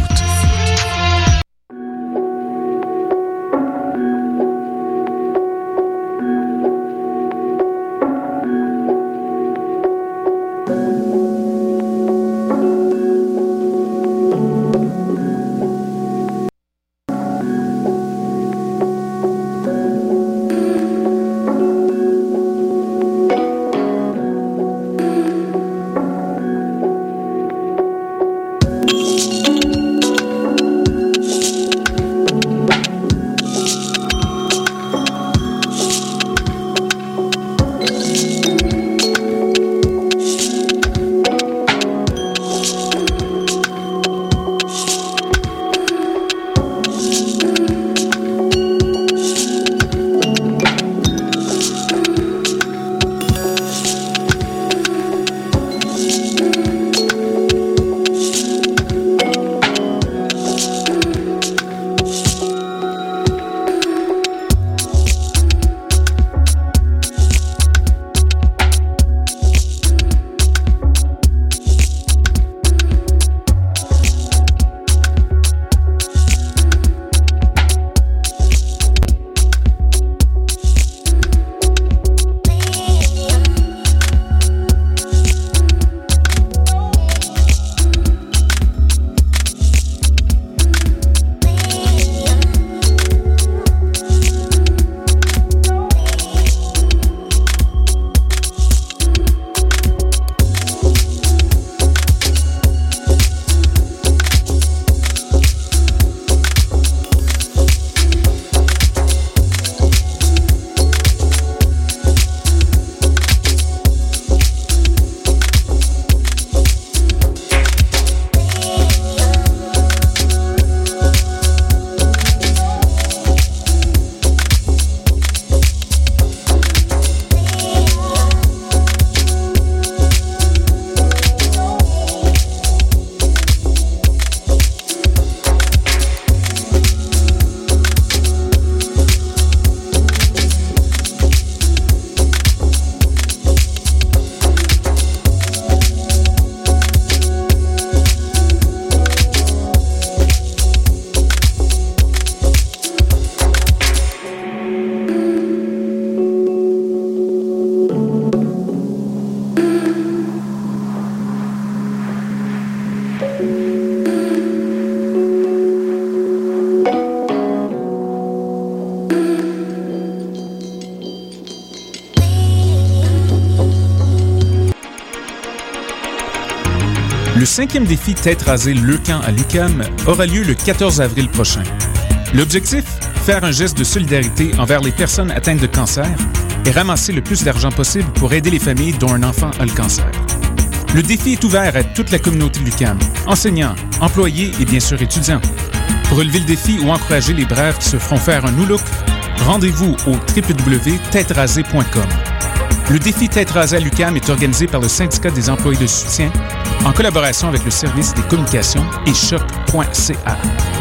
Le 5e défi Tête rasée Le Camp à l'UQAM aura lieu le 14 avril prochain. L'objectif? Faire un geste de solidarité envers les personnes atteintes de cancer et ramasser le plus d'argent possible pour aider les familles dont un enfant a le cancer. Le défi est ouvert à toute la communauté de l'UQAM, enseignants, employés et bien sûr étudiants. Pour relever le défi ou encourager les braves qui se feront faire un new look, rendez-vous au www.têterasée.com. Le défi Tête rasée à l'UQAM est organisé par le syndicat des employés de soutien en collaboration avec le service des communications et choc.ca.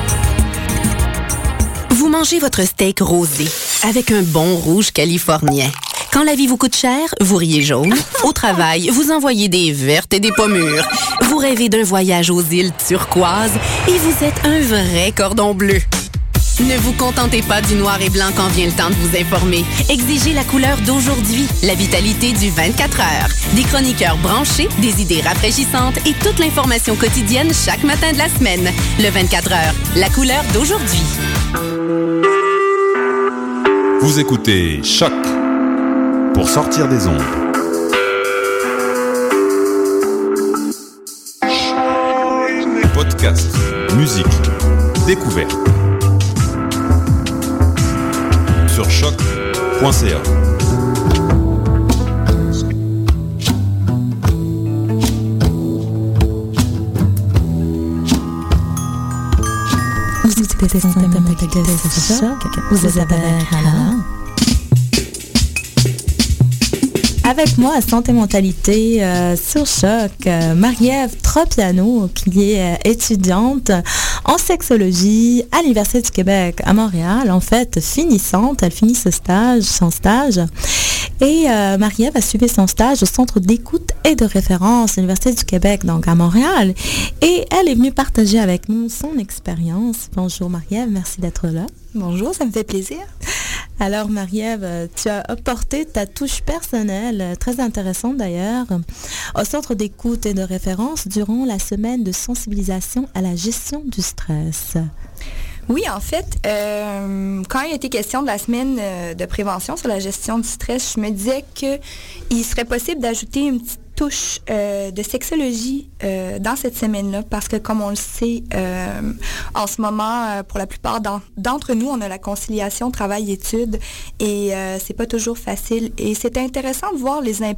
Vous mangez votre steak rosé avec un bon rouge californien. Quand la vie vous coûte cher, vous riez jaune. Au travail, vous envoyez des vertes et des pommures. Vous rêvez d'un voyage aux îles turquoises et vous êtes un vrai cordon bleu. Ne vous contentez pas du noir et blanc quand vient le temps de vous informer. Exigez la couleur d'aujourd'hui, la vitalité du 24 heures. Des chroniqueurs branchés, des idées rafraîchissantes et toute l'information quotidienne chaque matin de la semaine. Le 24 heures, la couleur d'aujourd'hui. Vous écoutez Choc pour sortir des ondes. Podcast, musique, découverte. Sur choc.ca. Vous écoutez Santé Mentalité sur Choc. Vous êtes avec Hannah. Avec moi à Santé Mentalité sur Choc, Marie-Ève Tropiano, qui est étudiante en sexologie à l'Université du Québec à Montréal. En fait, finissante, elle finit son stage. Et Marie-Ève a suivi son stage au Centre d'écoute et de référence à l'Université du Québec, donc à Montréal. Et elle est venue partager avec nous son expérience. Bonjour Marie-Ève, merci d'être là. Bonjour, ça me fait plaisir. Alors Marie-Ève, tu as apporté ta touche personnelle, très intéressante d'ailleurs, au Centre d'écoute et de référence durant la semaine de sensibilisation à la gestion du stress. Oui, en fait, quand il a été question de la semaine de prévention sur la gestion du stress, je me disais qu'il serait possible d'ajouter une petite touche de sexologie dans cette semaine-là, parce que comme on le sait, en ce moment, pour la plupart d'entre nous, on a la conciliation travail-études et c'est pas toujours facile. Et c'est intéressant de voir les impacts